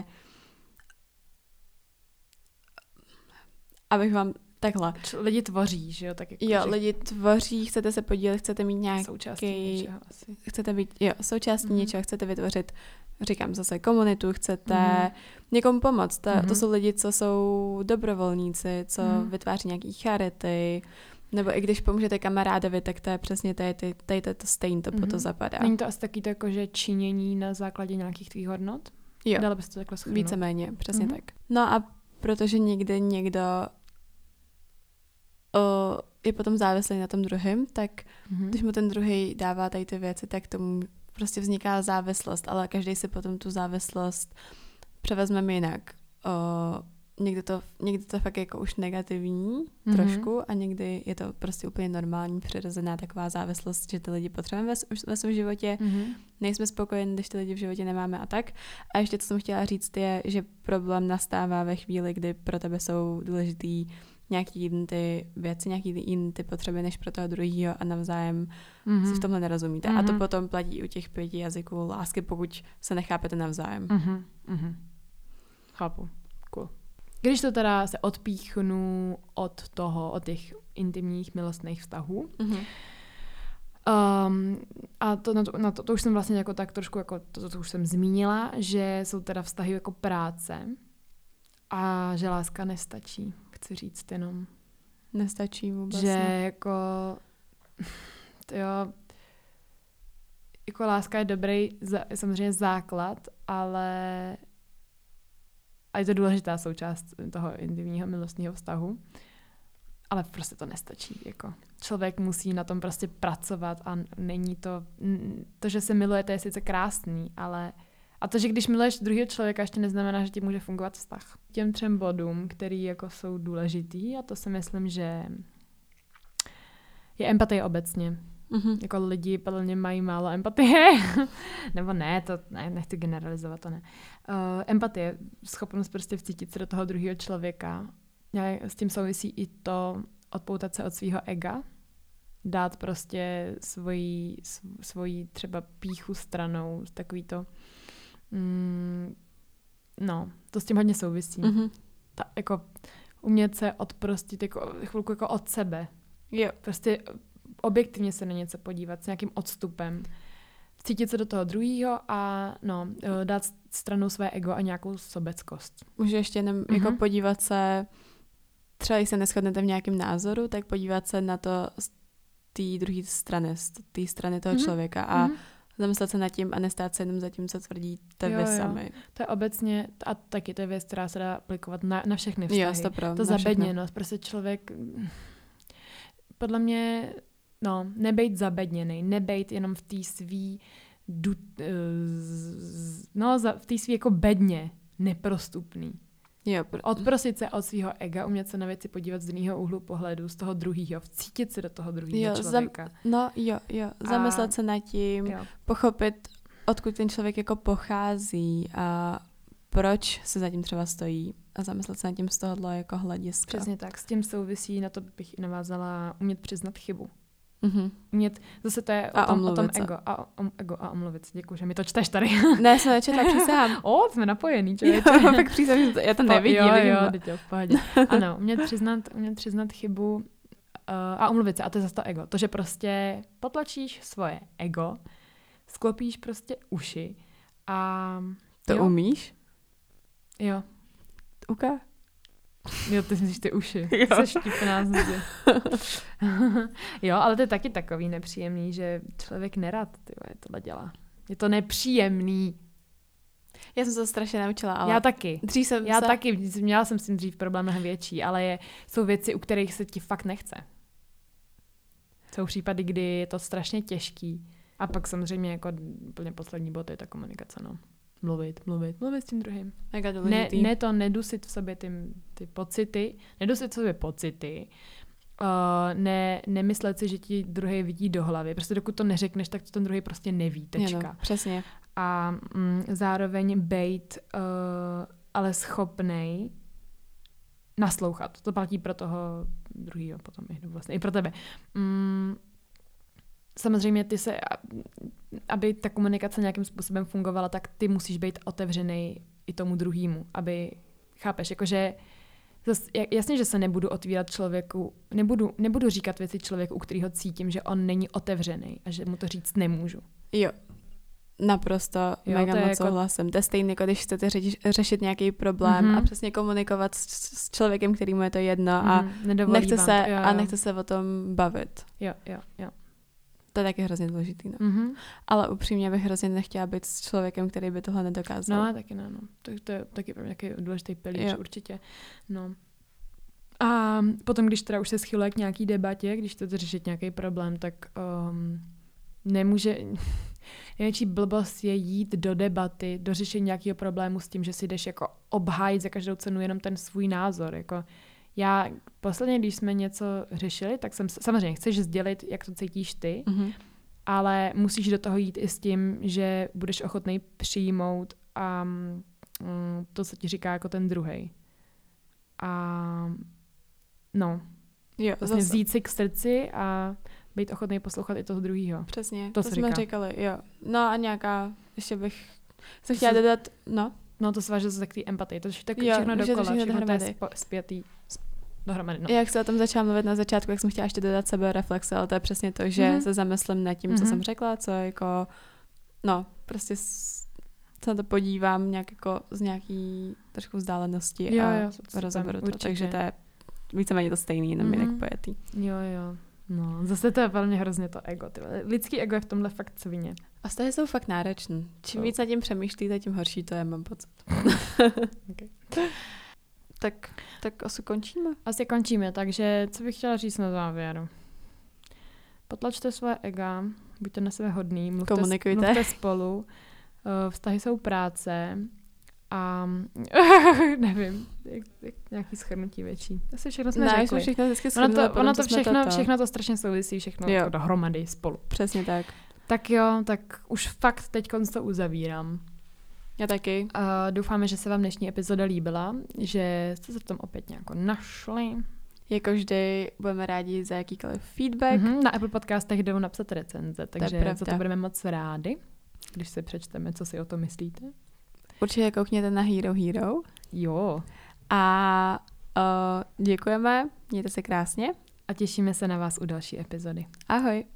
abych vám takhle. Lidi tvoří, že jo? Tak jako, jo, že lidi tvoří, chcete se podílet, chcete mít nějaký... součástí něčeho asi. Chcete být, jo, součástí Mhm. něčeho, chcete vytvořit, říkám zase, komunitu, chcete Mhm. někomu pomoct. To, Mhm. to jsou lidi, co jsou dobrovolníci, co Mhm. vytváří nějaký charity, nebo i když pomůžete kamarádovi, tak to je přesně tady, tady, tady to, to stejně to Mhm. po to zapadá. Není to asi taky to jako, že činění na základě nějakých tvých hodnot? Jo, Dala bys to takhle shrnout? víceméně, přesně Mhm. tak. No a protože někdy někdo o, je potom závislý na tom druhém, tak Mhm. když mu ten druhý dává tady ty věci, tak tomu prostě vzniká závislost, ale každý si potom tu závislost převezmeme jinak. O, někdy, to, někdy to fakt jako už negativní Mhm. trošku a někdy je to prostě úplně normální, přirozená taková závislost, že ty lidi potřebujeme ve, ve svém životě, Mhm. nejsme spokojeni, když ty lidi v životě nemáme a tak. A ještě co jsem chtěla říct je, že problém nastává ve chvíli, kdy pro tebe jsou důležitý nějaký jiný ty věci, nějaký jiný ty potřeby než pro toho druhýho a navzájem Mhm. si v tomhle nerozumíte. A to Mhm. potom platí u těch pěti jazyků lásky, pokud se nechápete navzájem. Mhm. Mhm. Chápu. Cool. Když to teda se odpíchnu od toho, od těch intimních milostných vztahů, Mhm. Um, a to, na to, na to, to už jsem vlastně jako tak trošku, jako to, to už jsem zmínila, že jsou teda vztahy jako práce a že láska nestačí, chci říct jenom. Nestačí vůbec. Že ne. jako, jo, jako láska je dobrý za, samozřejmě základ, ale a je to důležitá součást toho intimního milostného vztahu. Ale prostě to nestačí. Jako. Člověk musí na tom prostě pracovat a není to... To, že se milujete, je sice krásný, ale... A to, že když miluješ druhého člověka, ještě neznamená, že ti může fungovat vztah. Těm třem bodům, který jako jsou důležitý, a to si myslím, že je empatie obecně. Mhm. Jako lidi podle mě mají málo empatie. Nebo ne, to ne, nechci generalizovat, to ne. Uh, empatie, schopnost prostě vcítit se do toho druhého člověka. S tím souvisí i to odpoutat se od svého ega, dát prostě svoji, svoji třeba pýchu stranou, takový to, mm, no, to s tím hodně souvisí. Mhm. Ta, jako umět se odprostit jako, chvilku jako od sebe. Jo. Prostě objektivně se na něco podívat s nějakým odstupem. Cítit se do toho druhého a no, dát stranou své ego a nějakou sobeckost. Můžu ještě jenom Mhm. jako podívat se, třeba když se neshodnete v nějakém názoru, tak podívat se na to z té druhé strany, z té strany toho Mhm. člověka a Mhm. zamyslet se nad tím a nestát se jenom za tím, co tvrdíte Jo, vy jo. sami. To je obecně, a taky to je věc, která se dá aplikovat na, na všechny vztahy. Jo, stopro, to na všechno. zabedněnost, prostě člověk, podle mě, no, nebejt zabedněnej, nebejt jenom v té svý, du, z- no, za- v té svý jako bedně, neprostupný. Jo, pr- Odprosit se od svého ega, umět se na věci podívat z jiného úhlu pohledu, z toho druhého, vcítit se do toho druhého Jo, člověka. no jo, jo, zamyslet A- se nad tím, Jo. pochopit, odkud ten člověk jako pochází a proč se za tím třeba stojí a zamyslet se nad tím z tohohle jako hlediska. Přesně tak, s tím souvisí, na to bych i navázala, umět přiznat chybu. Mhm. Umět, zase to je A o tom, o tom omluvit se. ego. A, o, ego a omluvit se. Děkuji, že mi to čteš tady. Ne, jsem nečetla, přísahám. O, jsme napojený, Jo, člověče. tak přísahám, že to- já to nevidím. Jo, vidím. jo, teď jo, v pohodě. Ano, umět přiznat, umět přiznat chybu uh, a omluvit se. A to je zase to ego. To, že prostě potlačíš svoje ego, sklopíš prostě uši a... To jo, umíš? Jo. Uka? Jo, ty myslíš ty uši. Jo. Jsi štípená zde. Jo, ale to je taky takový nepříjemný, že člověk nerad ty vole, tohle dělá. Je to nepříjemný. Já jsem se to strašně naučila, ale... Já taky. Dřív jsem Já se... taky, měla jsem s tím dřív problém mnohem větší, ale je, jsou věci, u kterých se ti fakt nechce. Jsou případy, kdy je to strašně těžký. A pak samozřejmě jako úplně poslední bod je ta komunikace, no. Mluvit, mluvit, mluvit s tím druhým. Mega Ne, důležitý. ne to nedusit v sobě ty, ty pocity, nedusit v sobě pocity, uh, ne, nemyslet si, že ti druhý vidí do hlavy. Prostě dokud to neřekneš, tak to ten druhý prostě neví, tečka. No, přesně. A mm, zároveň bejt uh, ale schopnej naslouchat. To platí pro toho druhýho potom i vlastně i pro tebe. Mm, samozřejmě ty se, aby ta komunikace nějakým způsobem fungovala, tak ty musíš být otevřený i tomu druhému, aby, chápeš, jakože zas, jasně, že se nebudu otvírat člověku, nebudu, nebudu říkat věci člověku, u kterého cítím, že on není otevřený a že mu to říct nemůžu. Jo. Naprosto, jo, mega moc jako... souhlasím. To je stejné, jako když chcete řeči, řešit nějaký problém mm-hmm. a přesně komunikovat s, s člověkem, kterýmu je to jedno mm, a nechce se, jo, jo. a nechce se o tom bavit. Jo, jo, jo. To je taky hrozně důležitý, no. Mm-hmm. Ale upřímně bych hrozně nechtěla být s člověkem, který by tohle nedokázal. No, taky ne, no. To, to je taky pro mě nějaký důležitý pilíř, jo. Určitě. No. A potom, když teda už se schyluje k nějaký debatě, když chcete řešit nějaký problém, tak um, nemůže... Největší blbost je jít do debaty, do řešení nějakého problému s tím, že si jdeš jako obhájit za každou cenu jenom ten svůj názor. Jako já posledně, když jsme něco řešili, tak jsem samozřejmě chceš sdělit, jak to cítíš ty, mm-hmm. ale musíš do toho jít i s tím, že budeš ochotný přijmout a um, to, co ti říká jako ten druhej. A no, jo, vlastně vzít si k srdci a být ochotný poslouchat i toho druhýho. Přesně, to, to jsme říká. říkali, jo. No a nějaká, ještě bych se chtěla dodat, no. No to sváže se tak té empatii, to je tak všechno dokola, všechno, všechno to je spo, zpětý dohromady. No. Jak se o tom začala mluvit na začátku, jak jsem chtěla ještě dodat sebereflexe, ale to je přesně to, že mm-hmm. se zamyslím nad tím, co mm-hmm. jsem řekla, co jako, no, prostě se na to podívám nějak jako z nějaký trošku vzdálenosti jo, a jo, rozoberu to, takže to je víceméně to stejný, jenom mm-hmm. jinak pojetý. Jo, jo. No, zase to je velmi hrozně to ego. Ty. Lidský ego je v tomhle fakt svině. A vztahy jsou fakt náročný. Čím víc nad tím přemýšlíte, tím horší to je, mám pocit. Okay. tak, tak asi končíme. Asi končíme, takže co bych chtěla říct na závěr? Potlačte své ega, buďte na sebe hodný, mluvte, komunikujte. mluvte spolu, vztahy jsou práce a nevím, jak, jak nějaký shrnutí větší. Asi všechno jsme ne, řekli. Všechno ono to, ono to všechno, všechno to strašně souvisí, všechno jako dohromady spolu. Přesně tak. Tak jo, tak už fakt teď to uzavírám. Já taky. Uh, doufáme, že se vám dnešní epizoda líbila, že jste se v tom opět nějak našli. Jako vždy budeme rádi za jakýkoliv feedback. Mm-hmm, na Apple podcastech jdou napsat recenze, takže to za to budeme moc rádi, když se přečteme, co si o tom myslíte. Určitě koukněte na Hero Hero. Jo. A uh, děkujeme, mějte se krásně. A těšíme se na vás u další epizody. Ahoj.